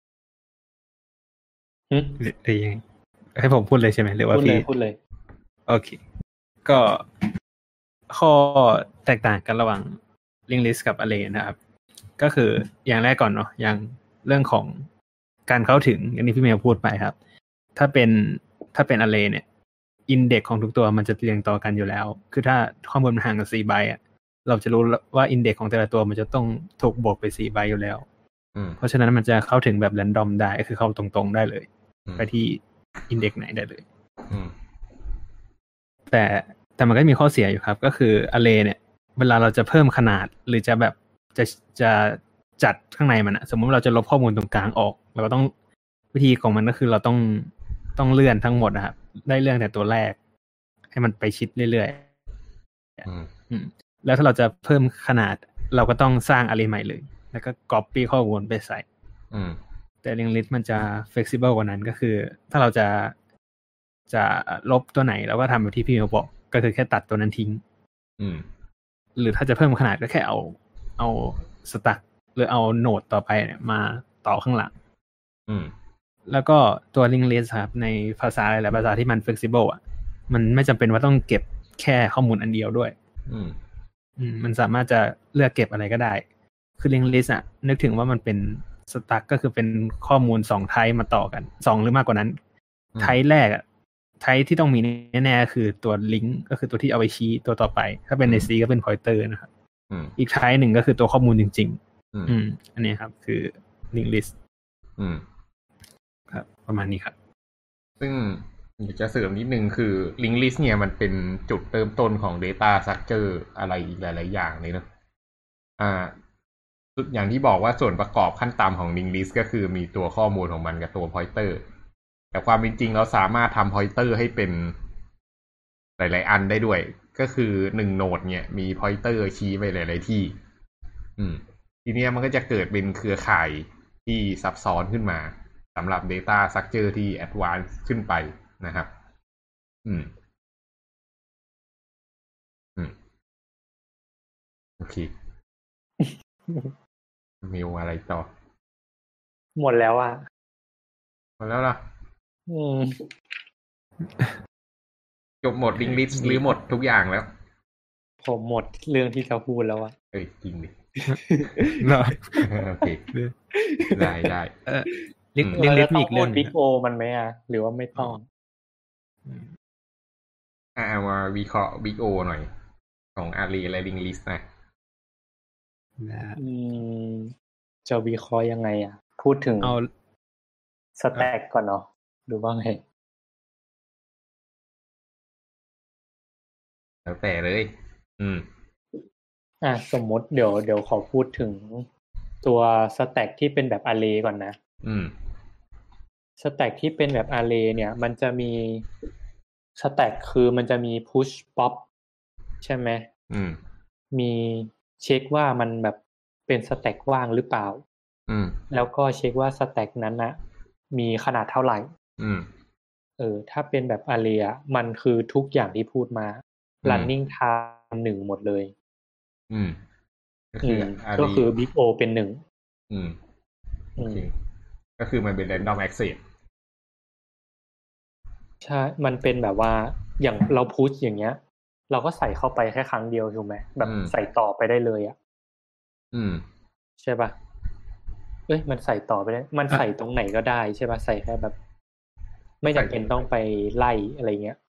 อืมหรือยังให้ผมพูดเลยใช่ไหมหรือว่าพี่พูดเลยโอเคก็ข้อแตกต่างกันระหว่าง linked list กับ array นะครับก็คืออย่างแรกก่อนเนาะอย่างเรื่องของการเข้าถึงอย่างที่พี่เมย์พูดไปครับถ้าเป็นถ้าเป็น array เนี่ยอินเด็กซ์ของทุกตัวมันจะเรียงต่อกันอยู่แล้วคือถ้าข้อมูลมันห่างกันสี่ใบอ่ะเราจะรู้ว่าอินเด็กซ์ของแต่ละตัวมันจะต้องถูกบวกไปสี่ใบอยู่แล้วเพราะฉะนั้นมันจะเข้าถึงแบบแรนดอมได้คือเข้าตรงๆได้เลยไปที่อินเด็กซ์ไหนได้เลยแต่แต่มันก็มีข้อเสียอยู่ครับก็คือ array เนี่ยเวลาเราจะเพิ่มขนาดหรือจะแบบจะจะจัดข้างในมันอะสมมติเราจะลบข้อมูลตรงกลางออกเราก็ต้องวิธีของมันก็คือเราต้องต้องเลื่อนทั้งหมดนะครับได้เลื่อนแต่ตัวแรกให้มันไปชิดเรื่อยๆแล้วถ้าเราจะเพิ่มขนาดเราก็ต้องสร้าง array ใหม่เลยแล้วก็ copy ข้อมูลไปใส่แต่ linked list มันจะ flexible กว่านั้นก็คือถ้าเราจะจะลบตัวไหนเราก็ทำแบบที่พี่เขาบอกก็คือแค่ตัดตัวนั้นทิ้งหรือถ้าจะเพิ่มขนาดก็แค่เอาเอาสตั๊กหรือเอาโหนดต่อไปเนี่ยมาต่อข้างหลังแล้วก็ตัว linked list ครับในภาษาหลายๆภาษาที่มัน flexible อ่ะมันไม่จำเป็นว่าต้องเก็บแค่ข้อมูลอันเดียวด้วยมันสามารถจะเลือกเก็บอะไรก็ได้คือ linked list อ่ะนึกถึงว่ามันเป็นสตั๊กก็คือเป็นข้อมูลสองไทป์มาต่อกันสองหรือมากกว่านั้นไทป์แรกอ่ะไทป์ที่ต้องมีแน่ๆคือตัว link ก็คือตัวที่เอาไปชี้ตัวต่อไปถ้าเป็นใน C ก็เป็น pointer นะครับอีกไทป์หนึ่งก็คือตัวข้อมูลจริงๆอืมอันนี้ครับคือ linked list อืมครับประมาณนี้ครับซึ่งอยากจะเสริมนิดนึงคือ linked list เนี่ยมันเป็นจุดเริ่มต้นของ data structure อะไรอีกหลายๆอย่างเลยเนอะอ่าอย่างที่บอกว่าส่วนประกอบขั้นต่ำของ linked list ก็คือมีตัวข้อมูลของมันกับตัว pointer แต่ความเป็นจริงเราสามารถทำ pointer ให้เป็นหลายๆอันได้ด้วยก็คือหนึ่งโหนดเนี่ยมี pointer ชี้ไปหลายๆที่อืมทีนี้มันก็จะเกิดเป็นเครือข่ายที่ซับซ้อนขึ้นมาสำหรับ data structure ที่ advanced ขึ้นไปนะครับอืมอืมโอเคมีอะไรต่อหมดแล้วอ่ะหมดแล้วล่ะอืมจบหมด linked list หรือหมดทุกอย่างแล้วผมหมดเรื่องที่จะพูดแล้วอ่ะเอ้ยจริงดิโอเคได้ได้เออลิงก์ลิงก์มีอีกเรื่อง Big O มันไหมอ่ะหรือว่าไม่ต้องอ่ามาวิเคราะห์ Big O หน่อยของอารีและลิงลิสต์นะอืมจะวิเคราะห์ยังไงอ่ะพูดถึงเอาสแต็กก่อนเนาะดูว่าไงแล้วแต่เลยอืมอ่ะสมมติเดี๋ยวเดี๋ยวขอพูดถึงตัวสแต็กที่เป็นแบบอาร์เรย์ก่อนนะอืมสแต็กที่เป็นแบบอาร์เรย์เนี่ยมันจะมีสแต็กคือมันจะมี push pop ใช่ไหมอืมมีเช็คว่ามันแบบเป็นสแต็กว่างหรือเปล่าอืมแล้วก็เช็คว่าสแต็กนั้นนะมีขนาดเท่าไหร่อืมเออถ้าเป็นแบบอาร์เรย์มันคือทุกอย่างที่พูดมา running time หนึ่งหมดเลยอืมก็คือก็คือ Big O เป็นหนึ่งอืมโอเคก็คือมันเป็น random access ใช่มันเป็นแบบว่าอย่างเราพุชอย่างเงี้ยเราก็ใส่เข้าไปแค่ครั้งเดียวถูกไหมแบบใส่ต่อไปได้เลยอ่ะอืมใช่ป่ะเอ้ยมันใส่ต่อไปได้มันใส่ตรงไหนก็ได้ใช่ป่ะใส่แค่แบบไม่จำเป็นต้องไปไล่อะไรเงี้ย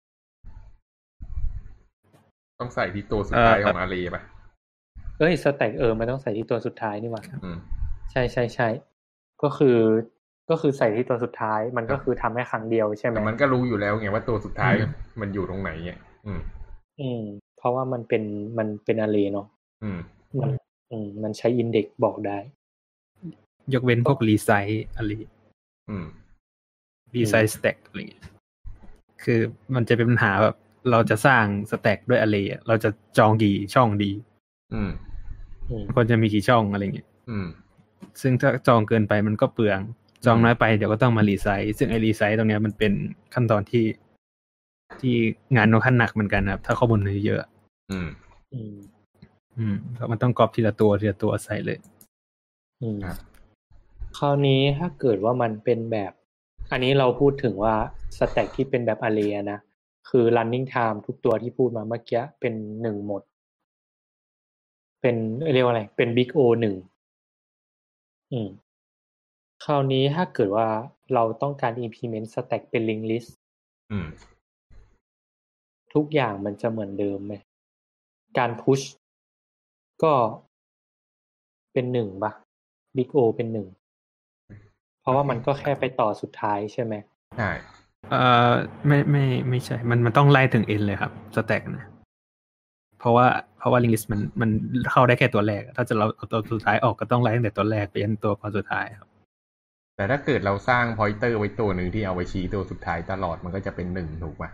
ต้องใส่ที่ตัวสุดท้ายของอารีป่ะเอ้ยสแต็กเออมันต้องใส่ที่ตัวสุดท้ายนี่หว่าใช่ใช่ใช่ก็คือก็คือใส่ที่ตัวสุดท้ายมันก็คือทำแค่ครั้งเดียวใช่ไหมแต่มันก็รู้อยู่แล้วไงว่าตัวสุดท้ายมันอยู่ตรงไหนเงี้ยอืมอืมเพราะว่ามันเป็นมันเป็นอารีเนาะอืมมันอืมมันใช้อินเด็กซ์บอกได้ยกเว้นพวกรีไซส์อะไรอืมรีไซส์สแต็กอะไรเงี้ยคือมันจะเป็นปัญหาแบบเราจะสร้างสแต็กด้วยอะไรเราจะจองกี่ช่องดีอืมควรจะมีกี่ช่องอะไรเงี้ยอืมซึ่งถ้าจองเกินไปมันก็เปลืองจองน้อยไปเดี๋ยวก็ต้องมารีไซส์ซึ่งไอรีไซส์ตรงนี้มันเป็นขั้นตอนที่ที่งานค่อนข้างหนักเหมือนกันครับถ้าข้อมูลเยอะอืมอืมอืมมันต้องกรอบทีละตัวทีละตัวใส่เลยอืมคราวนี้ถ้าเกิดว่ามันเป็นแบบอันนี้เราพูดถึงว่าสแต็กที่เป็นแบบอาร์เรย์นะคือ running time ทุกตัวที่พูดมาเมื่อกี้เป็นหนึ่งหมดเป็นเรียกว่าอะไรเป็น Big O หนึ่งอืมคราวนี้ถ้าเกิดว่าเราต้องการ implement stack เป็น linked list อืมทุกอย่างมันจะเหมือนเดิมไหมการ push ก็เป็นหนึ่งป่ะ Big O เป็นหนึ่งเพราะว่ามันก็แค่ไปต่อสุดท้ายใช่ไหมใช่เอ่อไม่ไม่ไม่ใช่มันมันต้องไล่ถึง n เลยครับสแต็กนะเพราะว่าเพราะว่า linked list มันมันเข้าได้แค่ตัวแรกถ้าจะเราเอาตัวสุดท้ายออกก็ต้องไล่ตั้งแต่ตัวแรกไปยันตัวก่อนสุดท้ายครับแต่ถ้าเกิดเราสร้าง pointer ไว้ตัวหนึ่งที่เอาไว้ชี้ตัวสุดท้ายตลอดมันก็จะเป็นหนึ่งถูกป่ะ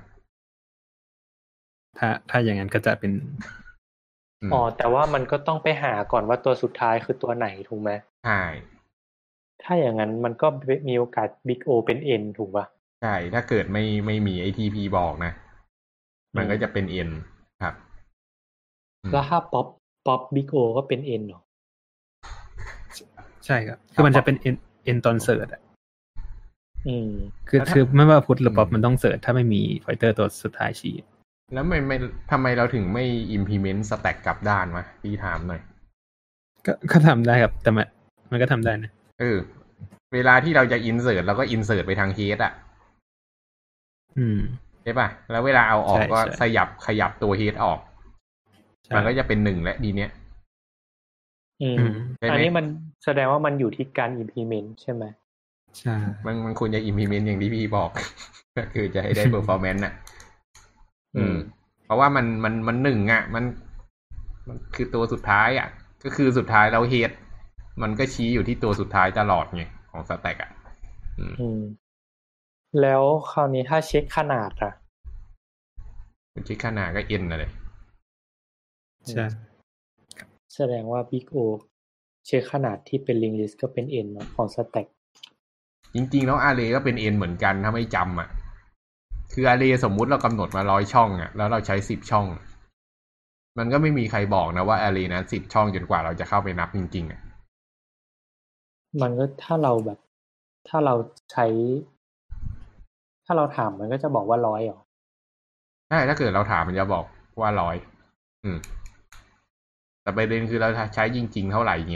ถ้าถ้าอย่างนั้นก็จะเป็นอ๋อแต่ว่ามันก็ต้องไปหาก่อนว่าตัวสุดท้ายคือตัวไหนถูกไหมใช่ถ้าอย่างนั้นมันก็มีโอกาส Big O เป็น N ถูกป่ะใช่ถ้าเกิดไม่ไม่มีไอทีพีบอกนะมันก็จะเป็น N ครับแล้วถ้า Pop Pop Big O ก็เป็น N เหรอใช่ครับคือมันจะเป็น N N ตอนเสิร์ชอ่ะอืมคือคือไม่ว่าพุทหรือ Pop มันต้องเสิร์ชถ้าไม่มีไฟเตอร์ตัวสุดท้ายชี้แล้วไม่ไม่ทำไมเราถึงไม่ implement stack กลับด้านวะพี่ถามหน่อยก็ก็ทำได้ครับแต่มันมันก็ทำได้นะเออเวลาที่เราจะ insert เราก็ insert ไปทาง head อ่ะอืมใช่ป่ะแล้วเวลาเอาออกก็ขยับขยับตัว head ออกมันก็จะเป็นหนึ่งและดีเนี้ยอืมอันนี้มันแสดงว่ามันอยู่ที่การ implement ใช่ไหมใช่มันมันควรจะ implement อย่างที่พี่บอกก็คือจะให้ได้ performance น่ะอืมเพราะว่ามันมันมันหนึ่งอ่ะมันมันคือตัวสุดท้ายอ่ะก็คือสุดท้ายเรา head มันก็ชี้อยู่ที่ตัวสุดท้ายตลอดไงของ stack อ่ะอืมแล้วคราวนี้ถ้าเช็คขนาดอ่ะเช็คขนาดก็ n น่ะเลยใช่แสดงว่า Big O เช็คขนาดที่เป็น linked list ก็เป็น n เนาะของ stack จริงๆแล้ว array ก็เป็น n เหมือนกันถ้าไม่จำอ่ะคือ array สมมุติเรากำหนดมาร้อยช่องอ่ะแล้วเราใช้สิบช่องมันก็ไม่มีใครบอกนะว่า array นั้นสิบช่องจนกว่าเราจะเข้าไปนับจริงๆอ่ะมันก็ถ้าเราแบบถ้าเราใช้ถ้าเราถามมันก็จะบอกว่าร้อยหรอใช่ถ้าเกิดเราถามมันจะบอกว่าร้อยอืมแต่ประเด็นคือเราใช้จริงๆเท่าไหร่ไง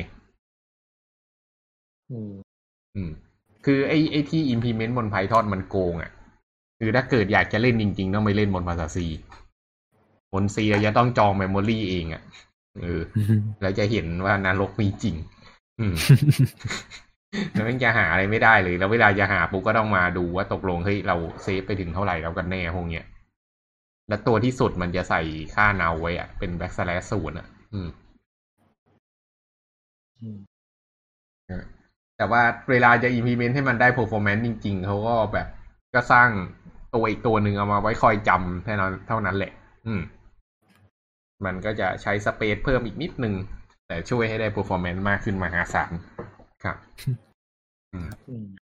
อืมอืมคือไอ้ไอ้ที่ implement บน Python มันโกงอ่ะคือถ้าเกิดอยากจะเล่นจริงๆต้องไปเล่นบนภาษา C บนซีจะต้องจองเมมโมรี่เองอ่ะเออแล้วจะเห็นว่านรกมีจริงอืมแล้วมันจะหาอะไรไม่ได้เลยแล้วเวลาจะหาปุ๊บก็ต้องมาดูว่าตกลงเฮ้ยเราเซฟไปถึงเท่าไหร่แล้วกันแน่พวกเนี้ยแล้วตัวที่สุดมันจะใส่ค่าเนาไว้อ่ะเป็นแบ็กสแลชศูนย์อ่ะอืมแต่ว่าเวลาจะ implement ให้มันได้ performance จริงๆเขาก็แบบก็สร้างตัวอีกตัวหนึ่งเอามาไว้คอยจำแค่นั้นเท่านั้นแหละอืมมันก็จะใช้สเปซเพิ่มอีกนิดนึงแต่ช่วยให้ได้ performance มากขึ้นมหาศาลครับอืม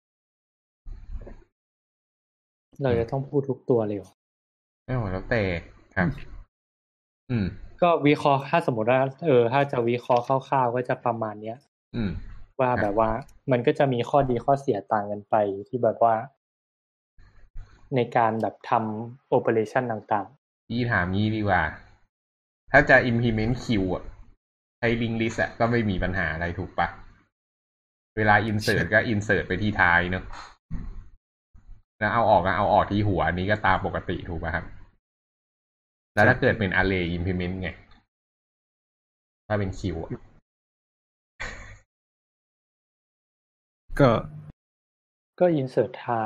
เราจะต้องพูดทุกตัวเลยเหรอไม่หมดแล้วแต่ครับอืมก็วิเคราะห์ถ้าสมมติว่าเออถ้าจะวิเคราะห์คร่าวๆก็จะประมาณเนี้ยอืมว่าแบบว่ามันก็จะมีข้อดีข้อเสียต่างกันไปที่แบบว่าในการแบบทำโอเปอเรชันต่างๆพี่ถามงี้ดีกว่าถ้าจะ implement queue อ่ะใช้ link list อ่ะก็ไม่มีปัญหาอะไรถูกปะเวลา insert ก็ insert ไปที่ท้ายเนอะแล้วเอาออกก็เอาออกที่หัวนี้ก็ตามปกติถูกป่ะครับแล้วถ้าเกิดเป็น array implement ไงถ้าเป็น queue ก็ก็ insert ท้าย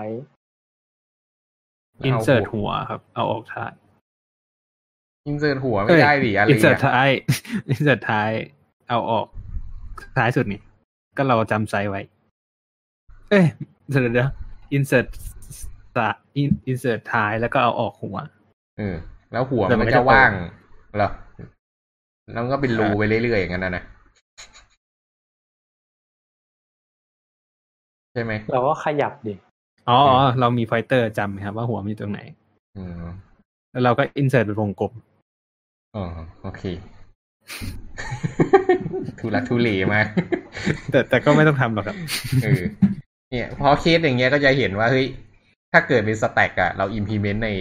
insert หัวครับเอาออกท้าย insert หัวไม่ได้ดิ array insert ท้าย insert ท้ายเอาออกท้ายสุดนี่ก็เราจำไซส์ไว้เอ้ยเดี๋ยวเดี๋ยว insert insert ท้ายแล้วก็เอาออกหัวเออแล้วหัวมันจะว่างเหรอแล้วก็เป็นรูไปเรื่อยๆอย่างนั้นนะใช่ไหมเราก็ขยับดิอ๋อเรามีไฟเตอร์จำไหมครับว่าหัวมีตรงไหนอืมแล้วเราก็ insert เป็นวงกลมอ๋อโอเคทุลักทุเลมากแต่แต่ก็ไม่ต้องทำหรอกครับเออเนี่ยพอเคสอย่างเงี้ยก็จะเห็นว่าเฮ้ยถ้าเกิดเป็นสแต็กอะเรา implement ใน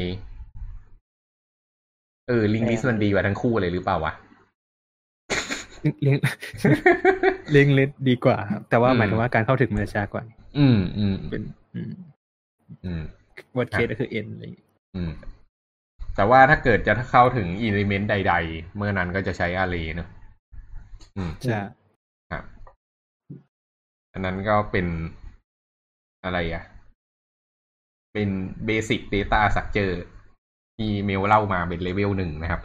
เออ link list มันดีกว่าทั้งคู่เลยหรือเปล่าวะเลี้ยงเลี้ยงลิสดีกว่าครับแต่ว่าหมายถึงว่าการเข้าถึงมันจะช้ากว่าอืมอืมเป็นอืมอืม worst case ก็คือ n อะไรอย่างงี้อืมแต่ว่าถ้าเกิดจะเข้าถึง element ใดๆเมื่อนั้นก็จะใช้ array เนอะอืมใช่ครับอันนั้นก็เป็นอะไรอ่ะเป็น basic data structure ที่เมลเล่ามาเป็นเลเวลหนึ่งนะครับ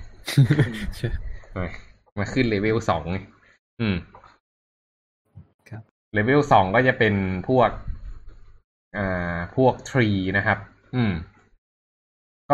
มาขึ้นเลเวลสองอืมครับเลเวลสองก็จะเป็นพวกอ่าพวก tree นะครับอืมก็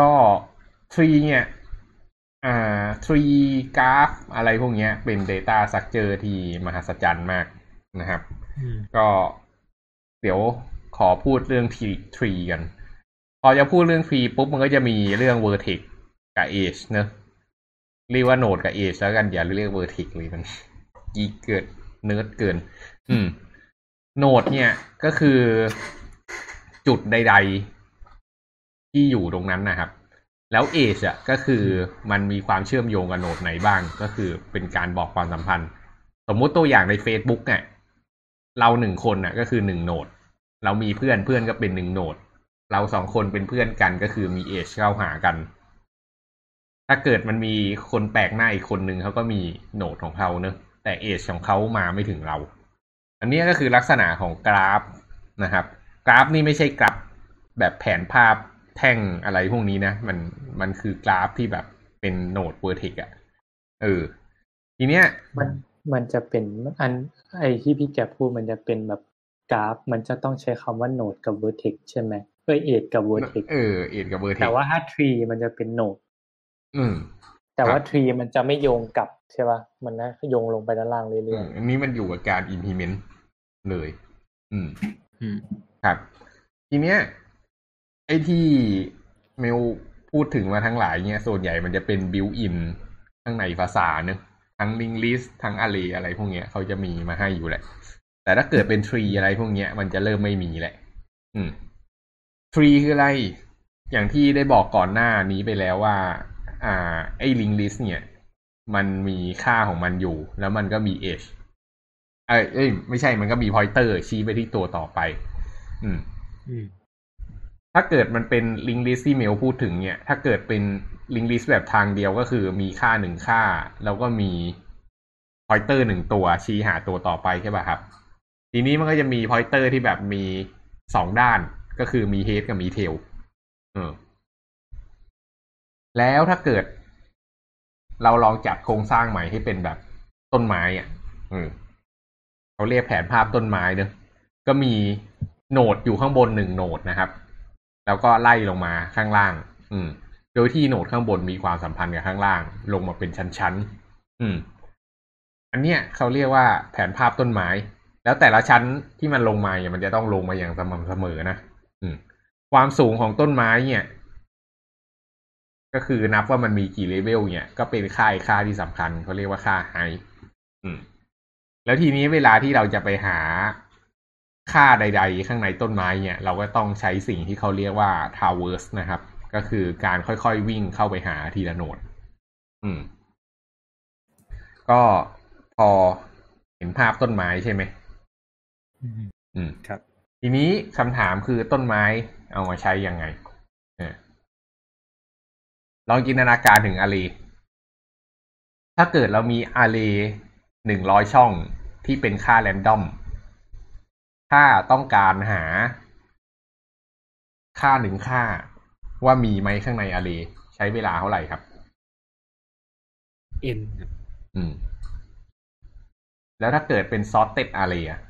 tree เนี่ยอ่า tree graph อะไรพวกเนี้ยเป็น data structure ที่มหัศจรรย์มากนะครับก็เดี๋ยวขอพูดเรื่อง tree กันพอจะพูดเรื่อง tree ปุ๊บมันก็จะมีเรื่อง vertex กับ edge เนอะเรียกว่า node กับ edge แล้วกันอย่าเรียก vertex เลยมันกีเกิดเนิร์ดเกินอืม node เนี่ยก็คือจุดใดๆที่อยู่ตรงนั้นนะครับแล้ว edge อ่ะก็คือมันมีความเชื่อมโยงกับโนดไหนบ้างก็คือเป็นการบอกความสัมพันธ์สมมุติตัวอย่างใน Facebook เนี่ยเราหนึ่งคนน่ะก็คือหนึ่งโนดเรามีเพื่อนเพื่อนก็เป็นหนึ่งโนดเราสองคนเป็นเพื่อนกันก็คือมี edge เข้าหากันถ้าเกิดมันมีคนแปลกหน้าอีกคนนึงเขาก็มีโนดของเขาเนอะแต่ edge ของเขามาไม่ถึงเราอันนี้ก็คือลักษณะของกราฟนะครับกราฟนี่ไม่ใช่กราฟแบบแผนภาพแท่งอะไรพวกนี้นะมันมันคือกราฟที่แบบเป็นโนดเวอร์ทิกอ่ะเออทีเนี้ยมันมันจะเป็นอันไอที่พี่แกพูดมันจะเป็นแบบกราฟมันจะต้องใช้คำว่าโนดกับเวอร์ทิกใช่ไหมเออเอทกับเวอร์ทิกเออเอทกับเวอร์ทิกแต่ว่าถ้าทรีมันจะเป็นโนดอืมแต่ว่าทรีมันจะไม่โยงกลับใช่ป่ะมันนะโยงลงไปด้านล่างเรื่อยๆอันนี้มันอยู่กับการ implement เลยอืมอืมครับทีเนี้ยไอ้ที่เมลพูดถึงมาทั้งหลายเนี่ยส่วนใหญ่มันจะเป็น built in ข้างในภาษาเนอะทั้ง link list ทั้ง array อะไรพวกเนี้ยเขาจะมีมาให้อยู่แหละแต่ถ้าเกิดเป็น tree อะไรพวกเนี้ยมันจะเริ่มไม่มีแหละอืม tree คืออะไรอย่างที่ได้บอกก่อนหน้านี้ไปแล้วว่าอ่าไอ้ link list เนี่ยมันมีค่าของมันอยู่แล้วมันก็มี edge เอ้ยเอ้ยไม่ใช่มันก็มี pointer ชี้ไปที่ตัวต่อไปอืมอืมถ้าเกิดมันเป็น linked list ที่เมลพูดถึงเนี่ยถ้าเกิดเป็น linked list แบบทางเดียวก็คือมีค่าหนึ่งค่าแล้วก็มี pointer หนึ่งตัวชี้หาตัวต่อไปใช่ป่ะครับทีนี้มันก็จะมี pointer ที่แบบมีสองด้านก็คือมี head กับมี tail เออแล้วถ้าเกิดเราลองจัดโครงสร้างใหม่ให้เป็นแบบต้นไม้อ่ะเออเขาเรียกแผนภาพต้นไม้เนอะก็มีโหนดอยู่ข้างบนหนึ่งโหนดนะครับแล้วก็ไล่ลงมาข้างล่างอืมโดยที่โหนดข้างบนมีความสัมพันธ์กับข้างล่างลงมาเป็นชั้นๆอืมอันเนี้ยเขาเรียกว่าแผนภาพต้นไม้แล้วแต่ละชั้นที่มันลงมาเนี่ยมันจะต้องลงมาอย่างสม่ำเสมอนะอืมความสูงของต้นไม้เนี่ยก็คือนับว่ามันมีกี่เลเวลเนี่ยก็เป็นค่าค่าที่สำคัญเขาเรียกว่าค่าไฮอืมแล้วทีนี้เวลาที่เราจะไปหาค่าใดๆข้างในต้นไม้เนี่ยเราก็ต้องใช้สิ่งที่เขาเรียกว่า traverse นะครับก็คือการค่อยๆวิ่งเข้าไปหาทีละโนดอืมก็พอเห็นภาพต้นไม้ใช่ไหมอืมครับทีนี้คำถามคือต้นไม้เอามาใช้ยังไงเออลองจินตนาการถึงอารีถ้าเกิดเรามีอารีหนึ่งร้อยช่องที่เป็นค่าแรนดอมถ้าต้องการหาค่าหนึ่งค่าว่ามีไหมข้างในอารีใช้เวลาเท่าไหร่ครับ n อืมแล้วถ้าเกิดเป็น sorted array อ่ะ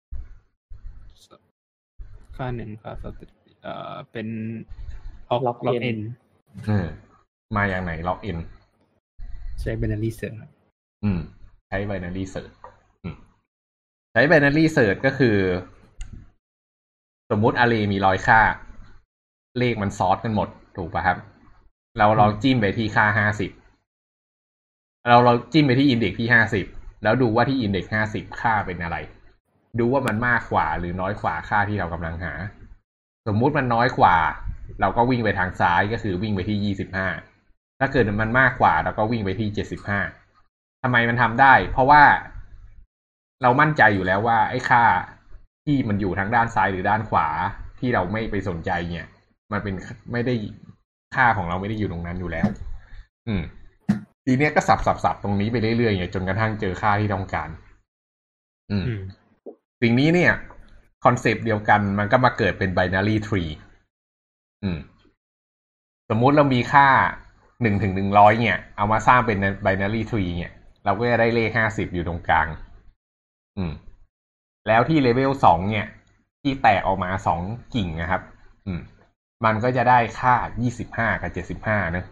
ค่าหนึ่งค่า sorted เอ่อเป็น log log n เออมาอย่างไหน log n ใช้ binary search อืมใช้ binary search อืมใช้ binary search ก็คือสมมุติ array มีร้อยค่าเลขมันซอร์ตกันหมดถูกป่ะครับเราลองจิ้มไปที่ค่าห้าสิบเราเราจิ้มไปที่ index ที่ห้าสิบแล้วดูว่าที่ index ห้าสิบค่าเป็นอะไรดูว่ามันมากกว่าหรือน้อยกว่าค่าที่เรากำลังหาสมมุติมันน้อยกว่าเราก็วิ่งไปทางซ้ายก็คือวิ่งไปที่ยี่สิบห้าถ้าเกิดมันมากกว่าเราก็วิ่งไปที่เจ็ดสิบห้าทำไมมันทำได้เพราะว่าเรามั่นใจอยู่แล้วว่าไอ้ค่าที่มันอยู่ทางด้านซ้ายหรือด้านขวาที่เราไม่ไปสนใจเนี่ยมันเป็นไม่ได้ค่าของเราไม่ได้อยู่ตรงนั้นอยู่แล้วอืมทีเนี้ยก็สับสับสับตรงนี้ไปเรื่อยๆอย่างจนกระทั่งเจอค่าที่ต้องการอืมสิ่งนี้เนี่ยคอนเซปต์เดียวกันมันก็มาเกิดเป็น binary tree อืมสมมุติเรามีค่าหนึ่งถึงหนึ่งร้อยเนี่ยเอามาสร้างเป็น binary tree เนี่ยเราก็จะได้เลขห้าสิบอยู่ตรงกลางอืมแล้วที่เลเวลสองเนี่ยที่แตกออกมาสองกิ่งนะครับอืมมันก็จะได้ค่ายี่สิบห้ากับเจ็ดสิบห้านะ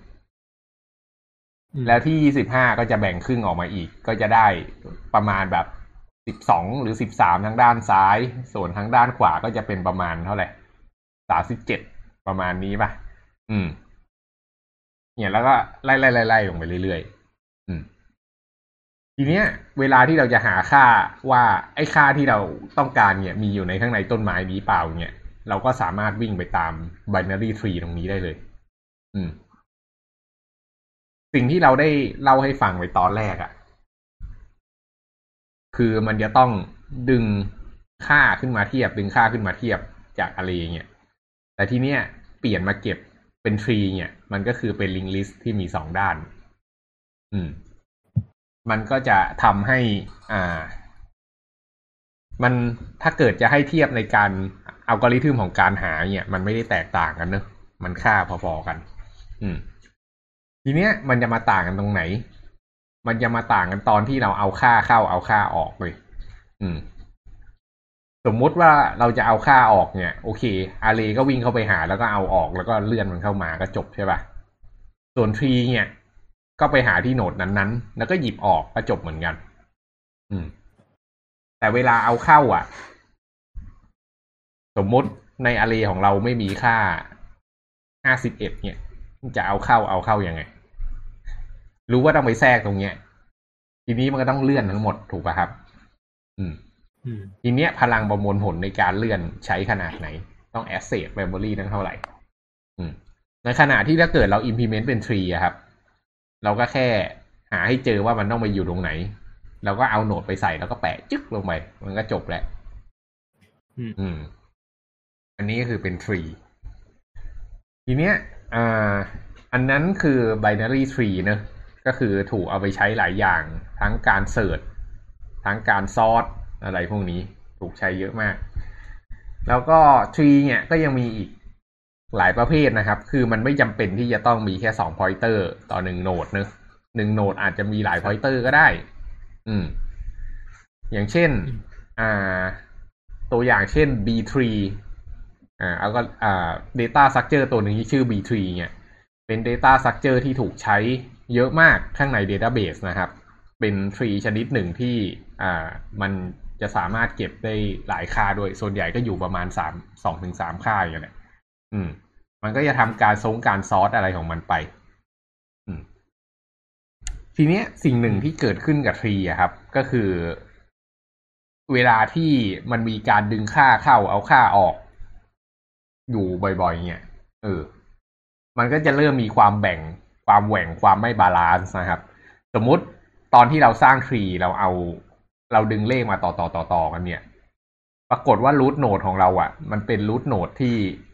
แล้วที่ยี่สิบห้าก็จะแบ่งครึ่งออกมาอีกก็จะได้ประมาณแบบสิบสองหรือสิบสามทางด้านซ้ายส่วนทางด้านขวาก็จะเป็นประมาณเท่าไหร่สามสิบเจ็ดประมาณนี้ป่ะอืมเนี่ยแล้วก็ไล่ไล่ไล่ไล่ลงไปเรื่อยๆอืมทีเนี้ยเวลาที่เราจะหาค่าว่าไอ้ค่าที่เราต้องการเนี่ยมีอยู่ในข้างในต้นไม้นี้เปล่าเนี่ยเราก็สามารถวิ่งไปตาม binary tree ตรงนี้ได้เลยอืมสิ่งที่เราได้เล่าให้ฟังไว้ตอนแรกอ่ะคือมันจะต้องดึงค่าขึ้นมาเทียบดึงค่าขึ้นมาเทียบจากอะไรเนี่ยแต่ทีเนี้ยเปลี่ยนมาเก็บเป็นทรีเนี่ยมันก็คือเป็น linked list ที่มีสองด้านอืมมันก็จะทำให้อ่ามันถ้าเกิดจะให้เทียบในการอัลกอริทึมของการหาเนี่ยมันไม่ได้แตกต่างกันเนอะมันค่าพอๆกันอืมทีเนี้ยมันจะมาต่างกันตรงไหนมันจะมาต่างกันตอนที่เราเอาค่าเข้าเอาค่าออกเลยอืมสมมุติว่าเราจะเอาค่าออกเนี่ยโอเคอาร์เรย์ก็วิ่งเข้าไปหาแล้วก็เอาออกแล้วก็เลื่อนมันเข้ามาก็จบใช่ป่ะส่วนทรีเนี่ยก็ไปหาที่โหนดนั้นๆแล้วก็หยิบออกก็จบเหมือนกันอืมแต่เวลาเอาเข้าอ่ะสมมุติในอาร์เรย์ของเราไม่มีค่าห้าสิบเอ็ดเนี่ยจะเอาเข้าเอาเข้ายังไงรู้ว่าต้องไปแทรกตรงเนี้ยทีนี้มันก็ต้องเลื่อนทั้งหมดถูกป่ะครับอืมทีเนี้ยพลังประมวลผลในการเลื่อนใช้ขนาดไหนต้อง access memory นั้นเท่าไหร่อืมในขณะที่ถ้าเกิดเรา implement เป็น tree อะครับเราก็แค่หาให้เจอว่ามันต้องไปอยู่ตรงไหนเราก็เอาโหนดไปใส่แล้วก็แปะจึ๊กลงไปมันก็จบแล้วอืมอันนี้ก็คือเป็น tree ทีเนี้ยอ่าอันนั้นคือ binary tree เนอะก็คือถูกเอาไปใช้หลายอย่างทั้งการเสิร์ชทั้งการซอร์ตอะไรพวกนี้ถูกใช้เยอะมากแล้วก็ tree เนี่ยก็ยังมีอีกหลายประเภทนะครับคือมันไม่จำเป็นที่จะต้องมีแค่สอง pointer ต่อหนึ่งโนดเนอะหนึ่งโนดอาจจะมีหลาย pointer ก็ได้อืมอย่างเช่นอ่าตัวอย่างเช่น B tree อ่าแล้วก็อ่า data structure ตัวหนึ่งที่ชื่อ B tree เนี่ยเป็น data structure ที่ถูกใช้เยอะมากข้างใน database นะครับเป็น tree ชนิดหนึ่งที่อ่ามันจะสามารถเก็บได้หลายค่าด้วยส่วนใหญ่ก็อยู่ประมาณสาม สองถึงสามค่าอย่างเงี้ยอืมมันก็จะทำการซงการซอร์ตอะไรของมันไปอืมทีเนี้ยสิ่งหนึ่งที่เกิดขึ้นกับ tree อะครับก็คือเวลาที่มันมีการดึงค่าเข้าเอาค่าออกอยู่บ่อยๆเนี่ยเออมันก็จะเริ่มมีความแบ่งความแหว่งความไม่บาลานซ์นะครับสมมุติตอนที่เราสร้าง tree เราเอาเราดึงเลขมาต่อต่อต่อต่อกันเนี่ยปรากฏว่า root node ของเราอ่ะมันเป็น root node ที่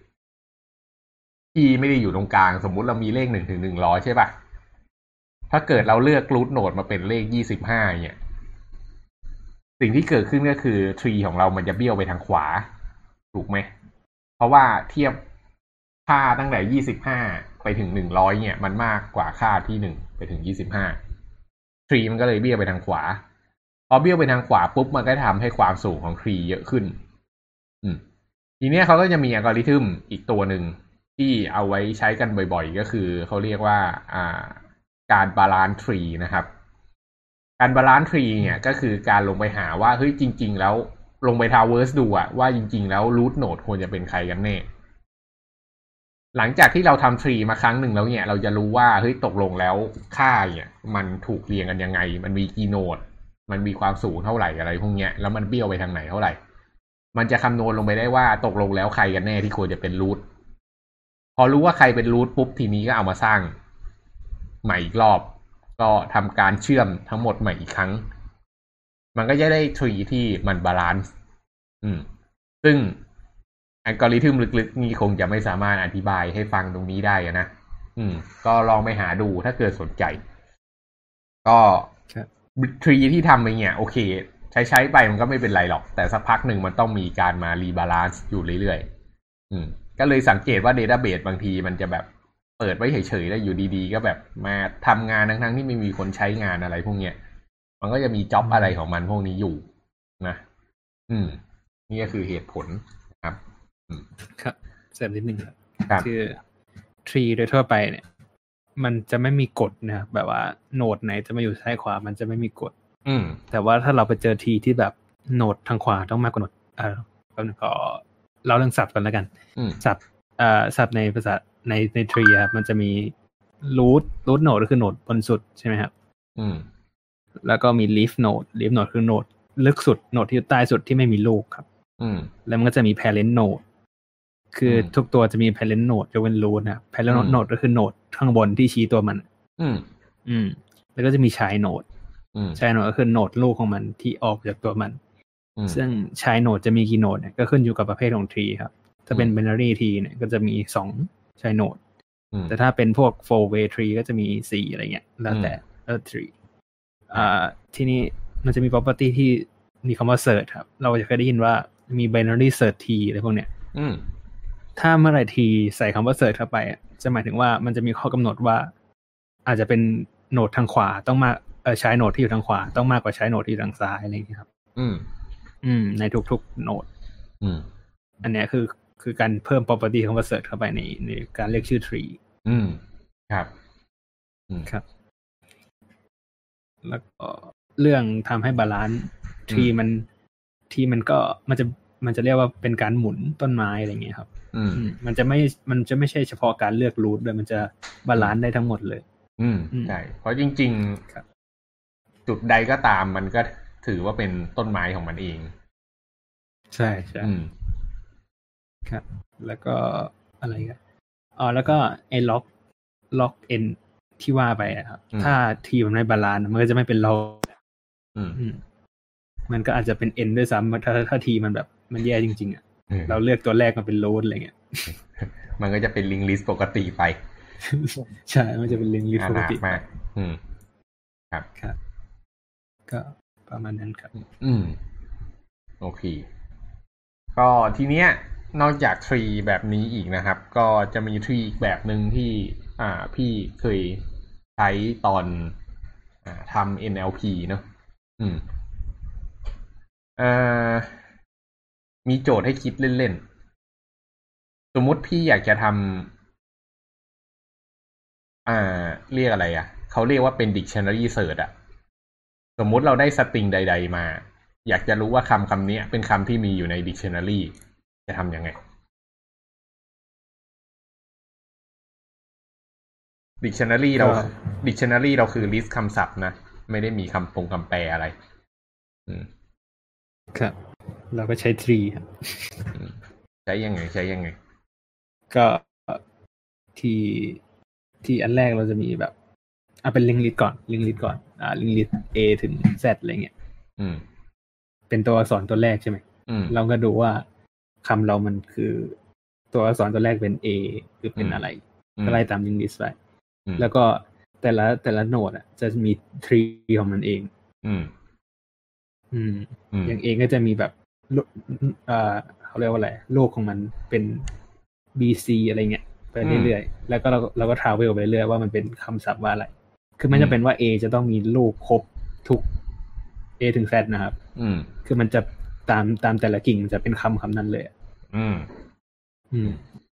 ที่ไม่ได้อยู่ตรงกลางสมมุติเรามีเลขหนึ่งถึงหนึ่งร้อยใช่ป่ะถ้าเกิดเราเลือก root node มาเป็นเลขยี่สิบห้าเนี่ยสิ่งที่เกิดขึ้นก็คือ tree ของเรามันจะเบี้ยวไปทางขวาถูกไหมเพราะว่าเทียบค่าตั้งแต่ยี่สิบห้าไปถึงหนึ่งร้อยเนี่ยมันมากกว่าค่าที่หนึ่งไปถึงยี่สิบห้า tree มันก็เลยเบี้ยวไปทางขวาพอเบี้ยวไปทางขวาปุ๊บมันก็ทำให้ความสูงของ tree เยอะขึ้นอืมทีนี้เขาก็จะมีอัลกอริทึมอีกตัวหนึ่งที่เอาไว้ใช้กันบ่อยๆก็คือเขาเรียกว่าอ่าการบาลานซ์ tree นะครับการบาลานซ์ tree เนี่ยก็คือการลงไปหาว่าเฮ้ยจริงๆแล้วลงไปทาวเวิร์สดูอะว่าจริงๆแล้ว root node ควรจะเป็นใครกันแน่หลังจากที่เราทำ tree มาครั้งหนึ่งแล้วเนี่ยเราจะรู้ว่าเฮ้ยตกลงแล้วค่าเนี่ยมันถูกเรียงกันยังไงมันมีกี่โนดมันมีความสูงเท่าไหร่อะไรพวกเนี้ยแล้วมันเบี้ยวไปทางไหนเท่าไหร่มันจะคำนวณลงไปได้ว่าตกลงแล้วใครกันแน่ที่ควรจะเป็น root พอรู้ว่าใครเป็น root ปุ๊บทีนี้ก็เอามาสร้างใหม่อีกรอบก็ทำการเชื่อมทั้งหมดใหม่อีกครั้งมันก็จะได้ tree ที่มันบาลานซ์อืมซึ่งอัลกอริทึมลึกๆนี่คงจะไม่สามารถอธิบายให้ฟังตรงนี้ได้นะอืมก็ลองไปหาดูถ้าเกิดสนใจก็ทรีที่ทำไปเนี่ยโอเคใช้ใช้ไปมันก็ไม่เป็นไรหรอกแต่สักพักหนึ่งมันต้องมีการมารีบาลานซ์อยู่เรื่อยๆอืมก็เลยสังเกตว่าเดต้าเบสบางทีมันจะแบบเปิดไว้เฉยๆแล้วอยู่ดีๆก็แบบมาทำงานทั้งๆที่ไม่มีคนใช้งานอะไรพวกเนี้ยมันก็จะมีจ็อบอะไรของมันพวกนี้อยู่นะอืมนี่ก็คือเหตุผลครับครับเสริมนิดนึงครับคือ tree โดยทั่วไปเนี่ยมันจะไม่มีกฎนะครับแบบว่าโนดไหนจะมาอยู่ซ้ายขวามันจะไม่มีกฎอืมแต่ว่าถ้าเราไปเจอทีที่แบบโนดทางขวาต้องมากกว่าโนดเอ่อก็เล่าเรื่องศัพท์กันแล้วกันศัพท์เอ่อศัพท์ในภาษาในใน tree ครับมันจะมี root root node ก็คือโนดบนสุดใช่ไหมครับอืมแล้วก็มี leaf node leaf node คือโนดลึกสุดโนดที่อยู่ใต้สุดที่ไม่มีลูกครับอืมแล้วมันก็จะมี parent node คือทุกตัวจะมี parent node ยกเว้น root นะ parent node ก็คือโนดข้างบนที่ชี้ตัวมันอืมอืมแล้วก็จะมี child node อืม child node ก็คือโนดลูกของมันที่ออกจากตัวมันซึ่ง child node จะมีกี่โนดเนี่ยก็ขึ้นอยู่กับประเภทของ tree ครับถ้าเป็น binary tree เนี่ยก็จะมีสอง child node แต่ถ้าเป็นพวก four way tree ก็จะมีสี่อะไรเงี้ยแล้วแต่เออ tree อ่าทีนี้มันจะมี property ที่มีคำว่า search ครับเราจะเคยได้ยินว่ามี binary search t อะไรพวกเนี้ยถ้าเมื่อไหร่ t ใส่คำว่า search เข้าไปจะหมายถึงว่ามันจะมีข้อกำหนดว่าอาจจะเป็นโนดทางขวาต้องมากเออใช้โนดที่อยู่ทางขวาต้องมากกว่าใช้โนดที่อยู่ทางซ้ายอะไรอย่างนี้ครับอืมอืมในทุกๆโนดอืมอันนี้คือคือการเพิ่ม property คำว่า search เข้าไปในในการเรียกชื่อ tree อืมครับอืมครับแล้วก็เรื่องทำให้บาลานซ์ทีมันทีมันก็มันจะมันจะเรียกว่าเป็นการหมุนต้นไม้อะไรเงี้ยครับอืมมันจะไม่มันจะไม่ใช่เฉพาะการเลือกรูทด้วยมันจะบาลานซ์ได้ทั้งหมดเลยอืมใช่เพราะจริงๆจุดใดก็ตามมันก็ถือว่าเป็นต้นไม้ของมันเองใช่ใช่ครับแล้วก็อะไรกันอ๋อแล้วก็ไอ้ล็อกล็อกเอ็นที่ว่าไปครับถ้าทีมันไม่บาลานซ์มันก็จะไม่เป็นล็อกมันก็อาจจะเป็น n ด้วยซ้ำถ้าถ้าทีมันแบบมันแย่จริงๆอ่ะเราเลือกตัวแรกมาเป็นโรดอะไรเงี้ยมันก็จะเป็นลิงก์ลิสต์ปกติไปใช่มันจะเป็นลิงก์ลิสต์ปกติมากอืมครับครับก็ประมาณนั้นครับอืมโอเคก็ทีเนี้ยนอกจากทรีแบบนี้อีกนะครับก็จะมีทรีอีกแบบหนึ่งที่อ่าพี่เคยใช้ตอนอ่าทำ เอ็น แอล พี เนอะอืมเอ่อมีโจทย์ให้คิดเล่นๆสมมุติพี่อยากจะทำอ่าเรียกอะไรอ่ะเขาเรียกว่าเป็น dictionary search อ่ะสมมุติเราได้สตริงใดๆมาอยากจะรู้ว่าคำคำนี้เป็นคำที่มีอยู่ใน dictionary จะทำยังไง dictionary เรา dictionary เราคือ list คำศัพท์นะไม่ได้มีคำปงคำแปลอะไรอืมครับเราก็ใช้ tree ครับใช้ยังไงใช้ยังไงก็ที่ที่อันแรกเราจะมีแบบอ่ะเป็น link list ก่อน link list ก่อนอ่า link list A ถึง Z อะไรเงี้ยอืมเป็นตัวอักษรตัวแรกใช่ไหมอืมเราก็ดูว่าคำเรามันคือตัวอักษรตัวแรกเป็น A หรือเป็นอะไรก็ไล่ตาม link list ไปแล้วก็แต่ละแต่ละโนดอ่ะจะมี tree ของมันเองอืมอืมอย่างเองก็จะมีแบบเอ่อเขาเรียกว่าอะไรโลกของมันเป็น บี ซี อะไรเงี้ยไปเรื่อยๆแล้วก็เราเราก็ทราเวลไปเรื่อยว่ามันเป็นคำศัพท์ว่าอะไรคือไม่จำเป็นว่า A จะต้องมีโลกครบทุก A ถึง Z นะครับอืมคือมันจะตามตามแต่ละกิ่งจะเป็นคำคำนั้นเลยอืมอืม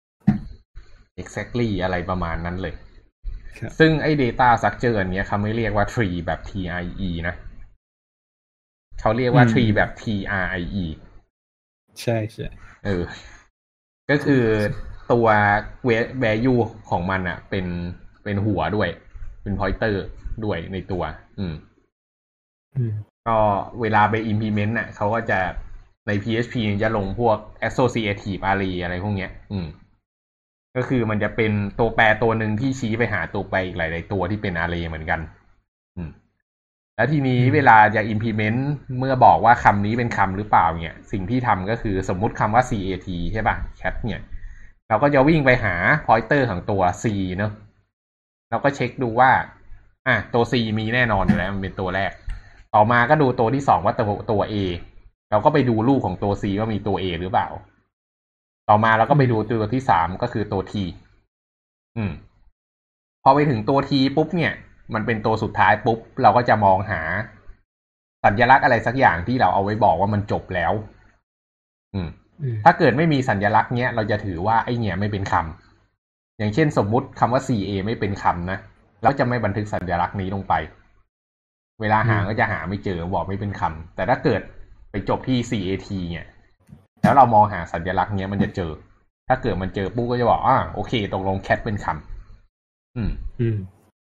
exactly อะไรประมาณนั้นเลยซึ่งไอ้ data structure อันเนี้ยเขาไม่เรียกว่า tree แบบ ที ไอ อี นะเขาเรียกว่า tree แบบ ที อาร์ ไอ อีใช่ใช่เออก็คือตัว value ของมันอ่ะเป็นเป็นหัวด้วยเป็น pointer ด้วยในตัวอืมอืมก็เวลาไป implement น่ะเขาก็จะใน พี เอช พี จะลงพวก associative array อะไรพวกเนี้ยอืมก็คือมันจะเป็นตัวแปรตัวหนึ่งที่ชี้ไปหาตัวแปรอีกหลายๆตัวที่เป็น array เหมือนกันอืมแล้วทีนี้เวลาจะ implement เมื่อบอกว่าคำนี้เป็นคำหรือเปล่าเนี่ยสิ่งที่ทำก็คือสมมุติคำว่า cat ใช่ป่ะ cat เนี่ยเราก็จะวิ่งไปหา pointer ของตัว c เนอะเราก็เช็คดูว่าอ่ะตัว c มีแน่นอนอยู่แล้วมันเป็นตัวแรกต่อมาก็ดูตัวที่สองว่าตัวตัว a เราก็ไปดูลูกของตัว c ว่ามีตัว a หรือเปล่าต่อมาเราก็ไปดูตัวที่สามก็คือตัว t อืมพอไปถึงตัว t ปุ๊บเนี่ยมันเป็นตัวสุดท้ายปุ๊บเราก็จะมองหาสัญลักษณ์อะไรสักอย่างที่เราเอาไว้บอกว่ามันจบแล้วอืมถ้าเกิดไม่มีสัญลักษณ์เนี้ยเราจะถือว่าไอ้เนี้ยไม่เป็นคำอย่างเช่นสมมุติคำว่า ซี เอ ไม่เป็นคำนะเราจะไม่บันทึกสัญลักษณ์นี้ลงไปเวลาหาก็จะหาไม่เจอบอกไม่เป็นคำแต่ถ้าเกิดไปจบที่ ซี เอ ที เนี่ยแล้วเรามองหาสัญลักษณ์เนี้ยมันจะเจอถ้าเกิดมันเจอปุ๊บก็จะบอกอ่าโอเคตกลงแคทเป็นคำอืมอืม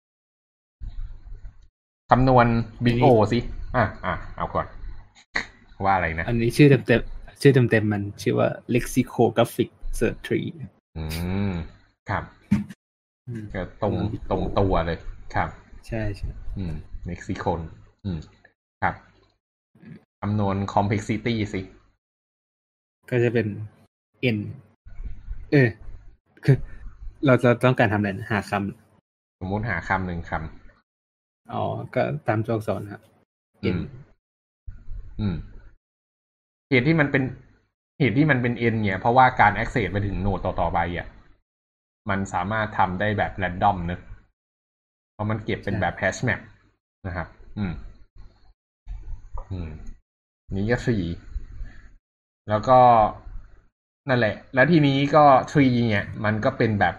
คำนวณ Big O สิอ่ะอ่ะเอาก่อนว่าอะไรนะอันนี้ชื่อเต็มๆชื่อเต็มๆมันชื่อว่า lexicographic search tree อืมครับก็ตรงตรงตัวเลยครับใช่ใช่อืม lexicon อืมครับคำนวณ complexity สิก็จะเป็น n เออคือเราจะต้องการทำอะไรหาคำสมมติหาคำหนึ่งคำอ๋อก็ตามตัวอักษรครับ n อืมเหตุที่มันเป็นเหตุที่มันเป็น n เนี่ยเพราะว่าการ access ไปถึงโนดต่อๆไปอ่ะมันสามารถทำได้แบบ random เนอะเพราะมันเก็บเป็นแบบ hash map นะครับอืมอืมนี้ก็สี่แล้วก็นั่นแหละแล้วทีนี้ก็ tree เนี่ยมันก็เป็นแบบ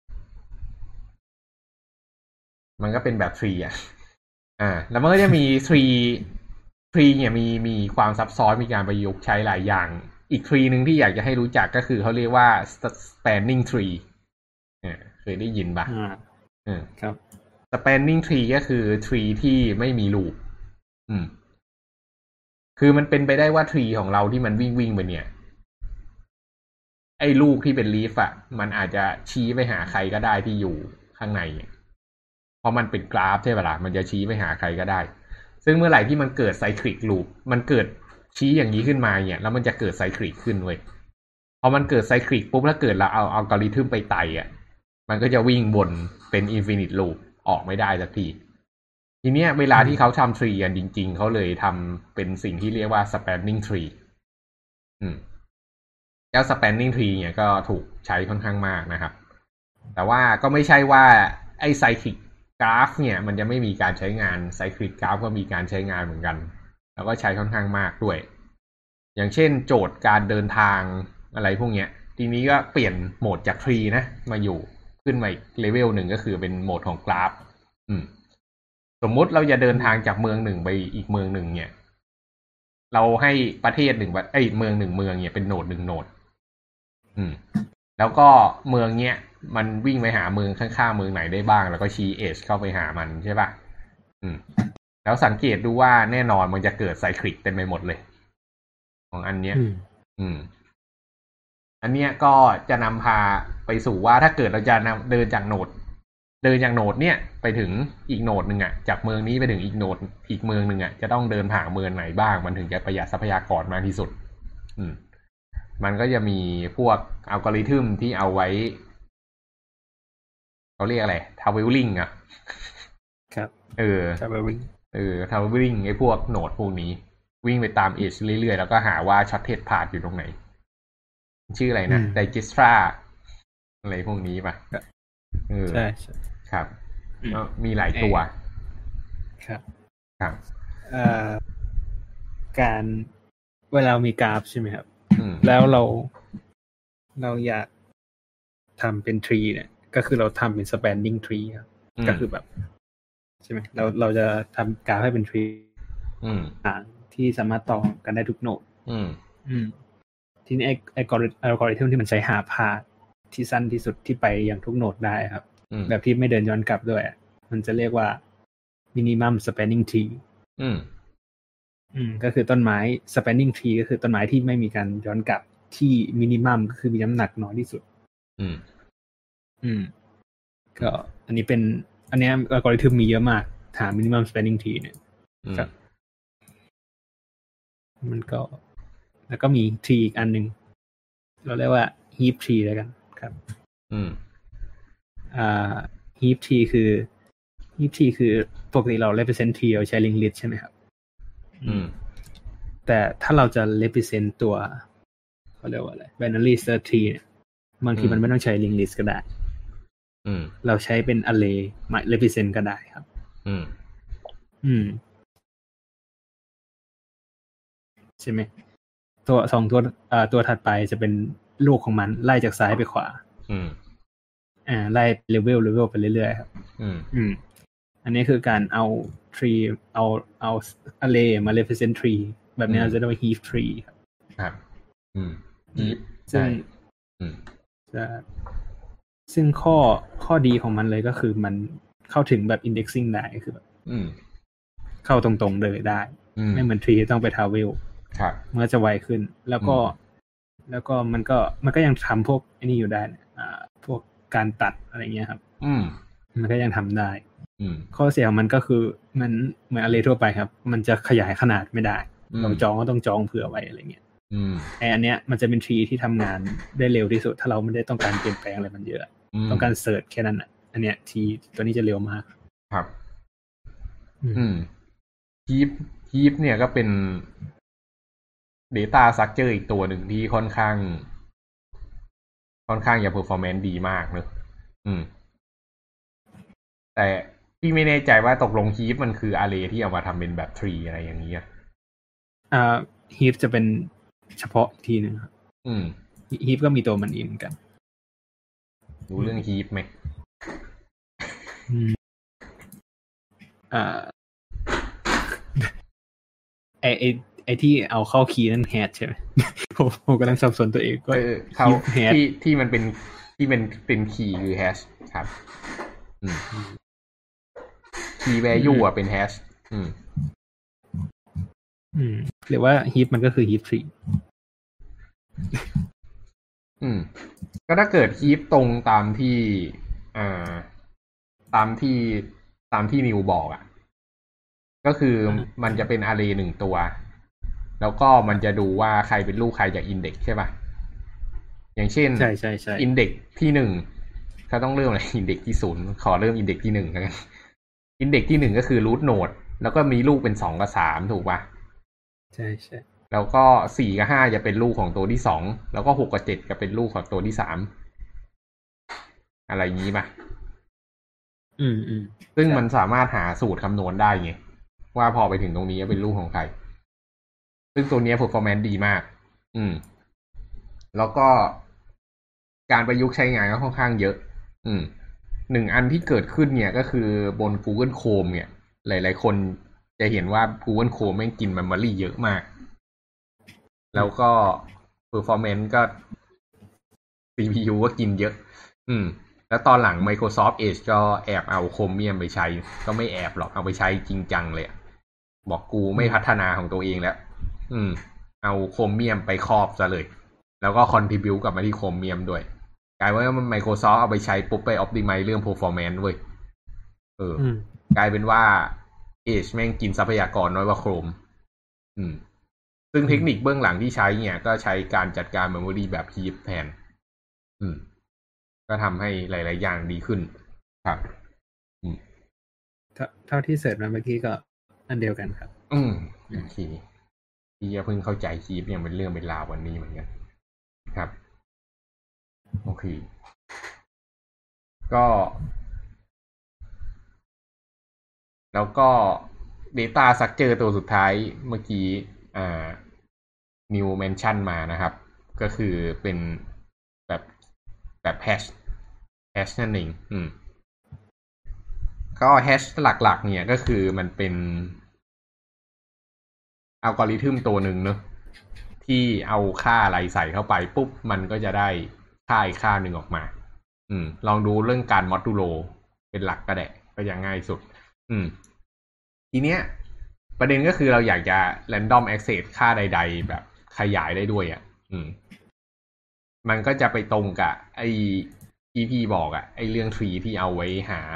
มันก็เป็นแบบ tree อ่ะอ่าแล้วมันก็จะมี tree tree เนี่ยมีมีความซับซ้อนมีการประยุกต์ใช้หลายอย่างอีก tree นึงที่อยากจะให้รู้จักก็คือเขาเรียกว่า spanning tree เนี่ยเคยได้ยินป่ะอืมครับ spanning tree ก็คือ tree ที่ไม่มีลูปอืมคือมันเป็นไปได้ว่า tree ของเราที่มันวิ่งวิ่งไปเนี่ยไอ้ลูกที่เป็น leaf อ่ะมันอาจจะชี้ไปหาใครก็ได้ที่อยู่ข้างในเพราะมันเป็นกราฟใช่ป่ะล่ะมันจะชี้ไปหาใครก็ได้ซึ่งเมื่อไหร่ที่มันเกิดไซคลิกลูปมันเกิดชี้อย่างนี้ขึ้นมาเนี่ยแล้วมันจะเกิดไซคลิกขึ้นเว้ยพอมันเกิดไซคลิกปุ๊บแล้วเกิดเราเอาอัลกอริทึมไปไต่อ่ะมันก็จะวิ่งวนเป็นอินฟินิตลูปออกไม่ได้สักทีทีเนี้ยเวลาที่เขาทำทรีกันจริงๆเขาเลยทำเป็นสิ่งที่เรียกว่า spanning tree อืมแล้ว spanning tree เนี่ยก็ถูกใช้ค่อนข้างมากนะครับแต่ว่าก็ไม่ใช่ว่าไอ้ไซคลิกกราฟเนี่ยมันจะไม่มีการใช้งานไซคลิกกราฟก็มีการใช้งานเหมือนกันแล้วก็ใช้ค่อนข้างมากด้วยอย่างเช่นโจทย์การเดินทางอะไรพวกเนี้ยทีนี้ก็เปลี่ยนโหมดจากทรีนะมาอยู่ขึ้นมาอีกเลเวลหนึ่งก็คือเป็นโหมดของกราฟอืมสมมุติเราจะเดินทางจากเมืองหนึ่งไปอีกเมืองหนึ่งเนี่ยเราให้ประเทศหนึ่งไอ้เมืองหนึ่งเมืองเนี่ยเป็นโหนดหนึ่งโหนดอืมแล้วก็เมืองเนี้ยมันวิ่งไปหาเมืองข้างๆเมืองไหนได้บ้างแล้วก็ชี้เอชเข้าไปหามันใช่ป่ะอืมแล้วสังเกตดูว่าแน่นอนมันจะเกิดไซคลิกเต็มไปหมดเลยของอันเนี้ยอืมอันเนี้ยก็จะนำพาไปสู่ว่าถ้าเกิดเราจะเดินจากโหนดเดินจากโหนดเนี่ยไปถึงอีกโหนดหนึ่งอ่ะจากเมืองนี้ไปถึงอีกโหนดอีกเมืองหนึ่งอ่ะจะต้องเดินผ่านเมืองไหนบ้างมันถึงจะประหยัดทรัพยากรมากที่สุดอืมมันก็จะมีพวกอัลกอริทึมที่เอาไว้เขาเรียกอะไรทาวเวลลิงอ่ะครับเออทาวเวลลิงเออทาวเวลลิงไอ้พวกโหนดพวกนี้วิ่งไปตามเอจเรื่อยๆแล้วก็หาว่าช็อตเทสพาธอยู่ตรงไหนชื่ออะไรนะไดจิสตราอะไรพวกนี้ป่ะเออใช่ครับก็มีหลายตัวครับครับเอ่อการเวลามีกราฟใช่ไหมครับแล้วเราเราอยากทำเป็นทรีเนี่ยก็คือเราทำเป็น spanning tree ครับก็คือแบบใช่ไหมเราเราจะทำกราฟให้เป็นทรีอ่างที่สามารถต่อกันได้ทุกโนดอืมอืมทีนี้ไอ้ไอ้อัลกอริทึมที่มันใช้หาพาธที่สั้นที่สุดที่ไปอย่างทุกโนดได้ครับแบบที่ไม่เดินย้อนกลับด้วยมันจะเรียกว่า minimum spanning tree อืมอืมก็คือต้นไม้ spanning tree ก็คือต้นไม้ที่ไม่มีการย้อนกลับที่ minimum ก็คือมีน้ำหนักน้อยที่สุดอืมอืมก็อันนี้เป็นอันนี้อัลกอริทึมมีเยอะมากหา minimum spanning tree เนี่ยครับมันก็แล้วก็มี tree อีกอันนึงเราเรียกว่า heap tree แล้วกันครับอืมอ่า heap tree คือ heap tree คือปกติเรา represent tree เราใช้ linked list ใช่ไหมครับอืมแต่ถ้าเราจะ represent ตัวเขาเรียกว่าอะไร binary search tree เนี่ยบางทีมันไม่ต้องใช้ linked list ก็ได้อืมเราใช้เป็น array มา represent ก็ได้ครับอืมอืมใช่ไหมตัวสองตัวอ่าตัวถัดไปจะเป็นลูกของมันไล่จากซ้ายไปขวาอืมอ่าไล่เลเวลเลเวลไปเรื่อยๆครับอืมอืมอันนี้คือการเอา tree เอาเอา array มา represent tree แบบนี้เราจะเรียกว่า heap tree ครับครับอืม heap ซึ่งอืมจะซึ่งข้อข้อดีของมันเลยก็คือมันเข้าถึงแบบ indexing ได้คือแบบเข้าตรงๆเลยได้ไม่เหมือน tree ต้องไป travel ครับมันก็จะไวขึ้นแล้วก็แล้วก็มันก็มันก็ยังทำพวกไอ้นี่อยู่ได้อ่าพวกการตัดอะไรเงี้ยครับอืมมันก็ยังทำได้อืมข้อเสียของมันก็คือมันเหมือน array ทั่วไปครับมันจะขยายขนาดไม่ได้เราจองก็ต้องจองเผื่อไว้อะไรเงี้ยอืมไอ้อันเนี้ยมันจะเป็น tree ที่ทำงานได้เร็วที่สุดถ้าเราไม่ได้ต้องการเปลี่ยนแปลงอะไรมันเยอะต้องการเสิร์ชแค่นั้นอ่ะอันเนี้ย tree ตัวนี้จะเร็วมากครับอืม heap heap เนี่ยก็เป็นdata structure อีกตัวหนึ่งที่ค่อนข้างค่อนข้างจะ performance ดีมากเนอะอืมแต่พี่ไม่แน่ใจว่าตกลง heap มันคือ array ที่เอามาทำเป็นแบบ tree อะไรอย่างนี้อ่า heap จะเป็นเฉพาะอีกทีนึงครับอืม heap ก็มีตัวมันเองเหมือนกันรู้เรื่อง heap ไหมอืมอ่าไอไอไอที่เอาเข้าคีย์นั่นแฮชใช่ไหมผมผมกำลังสับสนตัวเองก็เขาที่ที่มันเป็นที่เป็นเป็นคีย์คือแฮชครับอืมคีย์ value อ่ะเป็นแฮชอืมอืมเรียกว่า heap มันก็คือ heap tree อืมก็ถ้าเกิด heap ตรงตามที่อ่าตามที่ตามที่นิวบอกอ่ะก็คือมันจะเป็น array หนึ่งตัวแล้วก็มันจะดูว่าใครเป็นลูกใครจาก index ใช่ป่ะอย่างเช่นใช่ใช่ใช่อินเด็กซ์ที่หนึ่งเขาต้องเริ่มอะไรอินเด็กซ์ที่ศูนย์ขอเริ่มอินเด็กซ์ที่หนึ่งกันอินเด็กซ์ที่หนึ่งก็คือรูทโนดแล้วก็มีลูกเป็นสองกับสามถูกป่ะใช่ใช่แล้วก็สี่กับห้าจะเป็นลูกของตัวที่สองแล้วก็หกกับเจ็ดจะเป็นลูกของตัวที่สามอะไรอย่างนี้ป่ะอืมอืมซึ่งมันสามารถหาสูตรคำนวณได้ไงว่าพอไปถึงตรงนี้เป็นลูกของใครซึ่งตัวนี้ performance ดีมากอืมแล้วก็การประยุกต์ใช้งานก็ค่อนข้างเยอะอืมหนึ่งอันที่เกิดขึ้นเนี่ยก็คือบน Google Chrome เนี่ยหลายๆคนจะเห็นว่า Google Chrome แม่งกิน memory เยอะมากแล้วก็ performance ก็ ซี พี ยู ก็กินเยอะอืมแล้วตอนหลัง Microsoft Edge ก็แอบเอา Chromium ไปใช้ก็ไม่แอบหรอกเอาไปใช้จริงจังเลยบอกกูไม่พัฒนาของตัวเองแล้วอืมเอา Chromium ไปครอบซะเลยแล้วก็ contribute กลับมาที่ Chromium ด้วยกลายว่า Microsoft เอาไปใช้ปุ๊บไป optimize เรื่อง performance เว้ยเออกลายเป็นว่า Edge แม่งกินทรัพยากรน้อยกว่า Chrome อืมซึ่งเทคนิคเบื้องหลังที่ใช้เนี่ยก็ใช้การจัดการ memory แบบ heap แทนอืมก็ทำให้หลายๆอย่างดีขึ้นครับอืมเท่าที่เสิร์ชมาเมื่อกี้ก็อันเดียวกันครับอืมโอเคพี่จะเพิ่งเข้าใจคีปยังเป็นเรื่องเป็นราววันนี้เหมือนกันครับโอเคก็แล้วก็ data structure ตัวสุดท้ายเมื่อกี้อ่า new mention มานะครับก็คือเป็นแบบแบบ hash hash นั่นเองอืมก็ hash หลักๆเนี่ยก็คือมันเป็นอัลกอริทึมตัวหนึ่งเนอะที่เอาค่าอะไรใส่เข้าไปปุ๊บมันก็จะได้ค่าอีกค่าหนึ่งออกมาอืมลองดูเรื่องการมอดูโลเป็นหลักก็ได้ก็ยังง่ายสุดอืมทีเนี้ยประเด็นก็คือเราอยากจะ random access ค่าใดๆแบบขยายได้ด้วยอ่ะอืมมันก็จะไปตรงกับไอ้ที่พี่บอกอ่ะไอ้เรื่อง tree ที่เอาไว้หา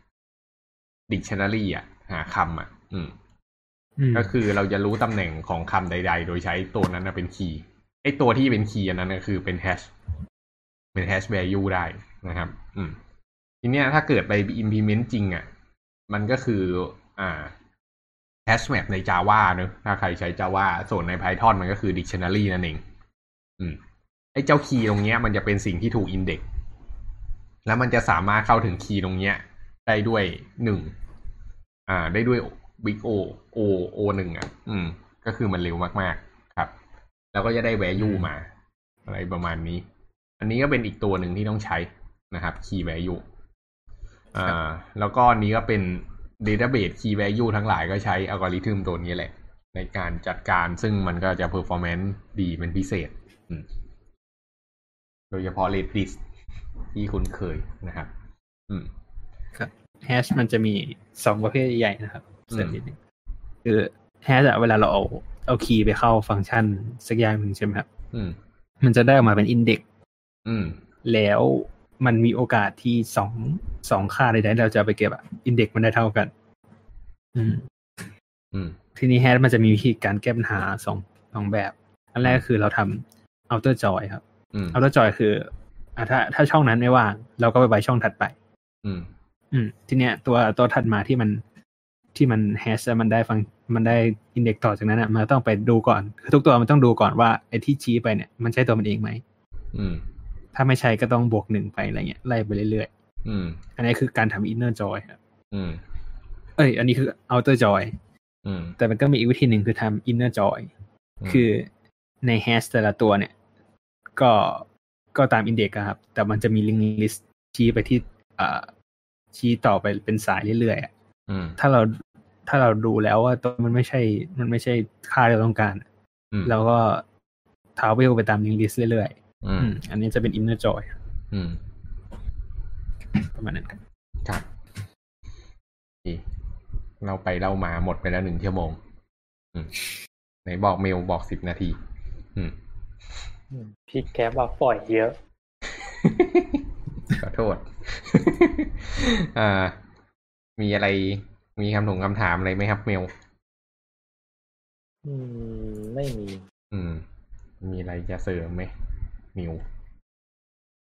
dictionary อ่ะหาคำอ่ะอืมก็คือเราจะรู้ตำแหน่งของคำใดๆโดยใช้ตัวนั้นเป็นคีย์ไอ้ตัวที่เป็นคีย์อันนั้นก็คือเป็นแฮชเป็นแฮช value ได้นะครับอืมทีเนี้ยถ้าเกิดไป implement จริงอ่ะมันก็คืออ่า hash map ใน Java เนอะถ้าใครใช้ Java ส่วนใน Python มันก็คือ dictionary นั่นเองอืมไอ้เจ้าคีย์ตรงเนี้ยมันจะเป็นสิ่งที่ถูก index แล้วมันจะสามารถเข้าถึงคีย์ตรงเนี้ยได้ด้วยหนึ่งอ่าได้ด้วยBig O O O หนึ่งอ่ะอืมก็คือมันเร็วมากๆครับแล้วก็จะได้ value มาอะไรประมาณนี้อันนี้ก็เป็นอีกตัวหนึ่งที่ต้องใช้นะครับ key value อ่าแล้วก็นี้ก็เป็น database key value ทั้งหลายก็ใช้อัลกอริทึมตัวนี้แหละในการจัดการซึ่งมันก็จะ performance ดีเป็นพิเศษอืมโดยเฉพาะ Redis ที่คุ้นเคยนะครับอืมครับ hash มันจะมีสองประเภทใหญ่นะครับเสริมนิดนึงคือ hash อะเวลาเราเอาเอาคีย์ไปเข้าฟังก์ชันสักอย่างหนึ่งใช่ไหมครับอืมมันจะได้ออกมาเป็น index อืมแล้วมันมีโอกาสที่สองสองค่าใดๆเราจะไปเก็บอะ index มันได้เท่ากันอืมอืมทีนี้ hash มันจะมีวิธีการแก้ปัญหาสองสองแบบอันแรกคือเราทำ outer join ครับ outer join คืออ่ะถ้าถ้าช่องนั้นไม่ว่างเราก็ไปไว้ช่องถัดไปอืมอืมทีเนี้ยตัวตัวถัดมาที่มันที่มันแฮชมันได้ฟังมันได้อินเด็กซ์ต่อจากนั้นอ่ะมันต้องไปดูก่อนคือทุกตัวมันต้องดูก่อนว่าไอ้ที่ชี้ไปเนี่ยมันใช่ตัวมันเองไหมอืมถ้าไม่ใช่ก็ต้องบวกหนึ่งไปอะไรเงี้ยไล่ไปเรื่อยๆอืมอันนี้คือการทำอินเนอร์จอยครับอืมเอ้ยอันนี้คือเอาเตอร์จอยอืมแต่มันก็มีอีกวิธีหนึ่งคือทำอินเนอร์จอยคือในแฮชแต่ละตัวเนี่ยก็ก็ตามอินเด็กซ์ครับแต่มันจะมีลิงก์ลิสต์ชี้ไปที่อ่าชี้ต่อไปเป็นสายเรื่อยๆถ้าเราถ้าเราดูแล้วว่าตัวมันไม่ใช่มันไม่ใช่ค่าที่เราต้องการแล้วก็ทาวเวลไปตามลิงก์ลิสต์เรื่อยๆอันนี้จะเป็น inner joy ประมาณนั้นครับครับเราไปเล่ามาหมดไปแล้วหนึ่งชั่วโมงไหนบอกเมลบอกสิบนาทีพี่แกบอกปล่อยเยอะขอโทษอ่ามีอะไรมีคำถงคำถามอะไรไหมครับเมลอืมไม่มีอืมมีอะไรจะเสริมไหมมิว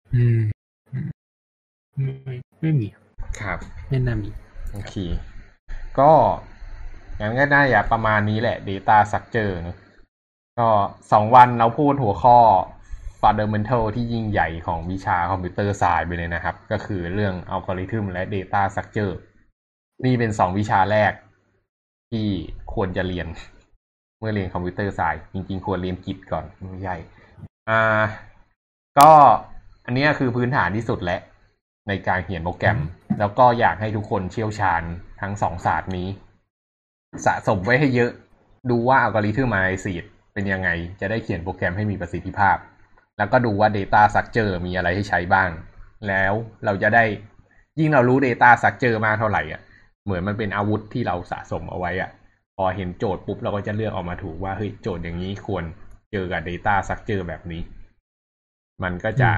อืมไม่ไม่มีครับไม่น่ามีโอเคก็งั้นก็น่าจะประมาณนี้แหละ data structure เนอะก็สองวันเราพูดหัวข้อ fundamental ที่ยิ่งใหญ่ของวิชาคอมพิวเตอร์ไซน์ไปเลยนะครับก็คือเรื่องอัลกอริทึมและ data structure นี่เป็นสองวิชาแรกที่ควรจะเรียนเมื่อเรียนคอมพิวเตอร์ไซน์จริงๆควรเรียนกิจก่อนไม่ใช่อ่าก็อันนี้คือพื้นฐานที่สุดแล้วในการเขียนโปรแกรมแล้วก็อยากให้ทุกคนเชี่ยวชาญทั้งสองศาสตร์นี้สะสมไว้ให้เยอะดูว่าอัลกอริทึม analysis เป็นยังไงจะได้เขียนโปรแกรมให้มีประสิทธิภาพแล้วก็ดูว่า data structure มีอะไรให้ใช้บ้างแล้วเราจะได้ยิ่งเรารู้ data structure มากเท่าไหร่อ่ะเหมือนมันเป็นอาวุธที่เราสะสมเอาไว้อ่ะพอเห็นโจทย์ปุ๊บเราก็จะเลือกออกมาถูกว่าเฮ้ยโจทย์อย่างนี้ควรเจอกับ data structure แบบนี้มันก็จะ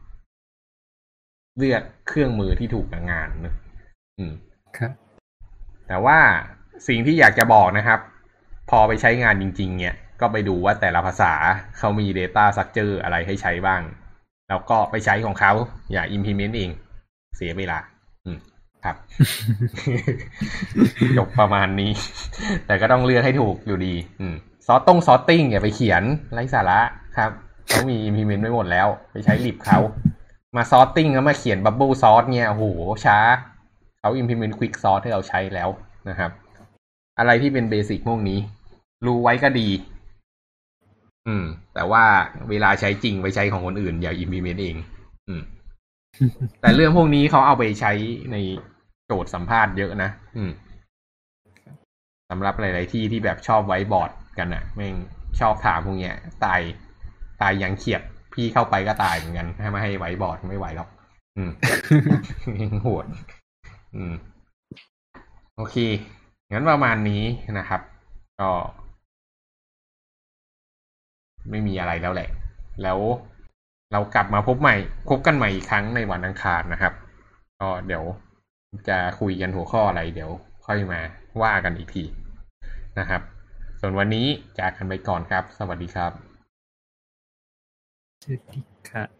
เลือกเครื่องมือที่ถูกกับงานนะอืมครับแต่ว่าสิ่งที่อยากจะบอกนะครับพอไปใช้งานจริงๆเนี่ยก็ไปดูว่าแต่ละภาษาเขามี data structure อะไรให้ใช้บ้างแล้วก็ไปใช้ของเขาอย่า implement เองเสียเวลาอืมครับ จบประมาณนี้แต่ก็ต้องเลือกให้ถูกอยู่ดีอืมซอร์ตงซอร์ติ้งอย่าไปเขียนไร้สาระครับเขามี implement ไว้หมดแล้วไปใช้ลิบเขามาซอร์ติ้งแล้วมาเขียนบับเบิลซอร์ตเนี่ยโอ้โหช้าเขา implement quick sort ให้เราใช้แล้วนะครับอะไรที่เป็นเบสิกพวกนี้รู้ไว้ก็ดีอืมแต่ว่าเวลาใช้จริงไปใช้ของคนอื่นอย่า implement เองอืมแต่เรื่องพวกนี้เขาเอาไปใช้ในโจทย์สัมภาษณ์เยอะนะอืมสำหรับหลายๆที่ที่แบบชอบไว้บอร์ดกันอ่ะแม่งชอบถามพวกเนี้ยตายตายยังเขียดพี่เข้าไปก็ตายเหมือนกันถ้าไม่ให้ไว้บอร์ดไม่ไหวหรอกอืมโหดอืมโอเคงั้นประมาณนี้นะครับก็ไม่มีอะไรแล้วแหละแล้วเรากลับมาพบใหม่พบกันใหม่อีกครั้งในวันอังคารนะครับก็เดี๋ยวจะคุยกันหัวข้ออะไรเดี๋ยวค่อยมาว่ากันอีกทีนะครับส่วนวันนี้จากกันไปก่อนครับสวัสดีครับสวัสดีครับ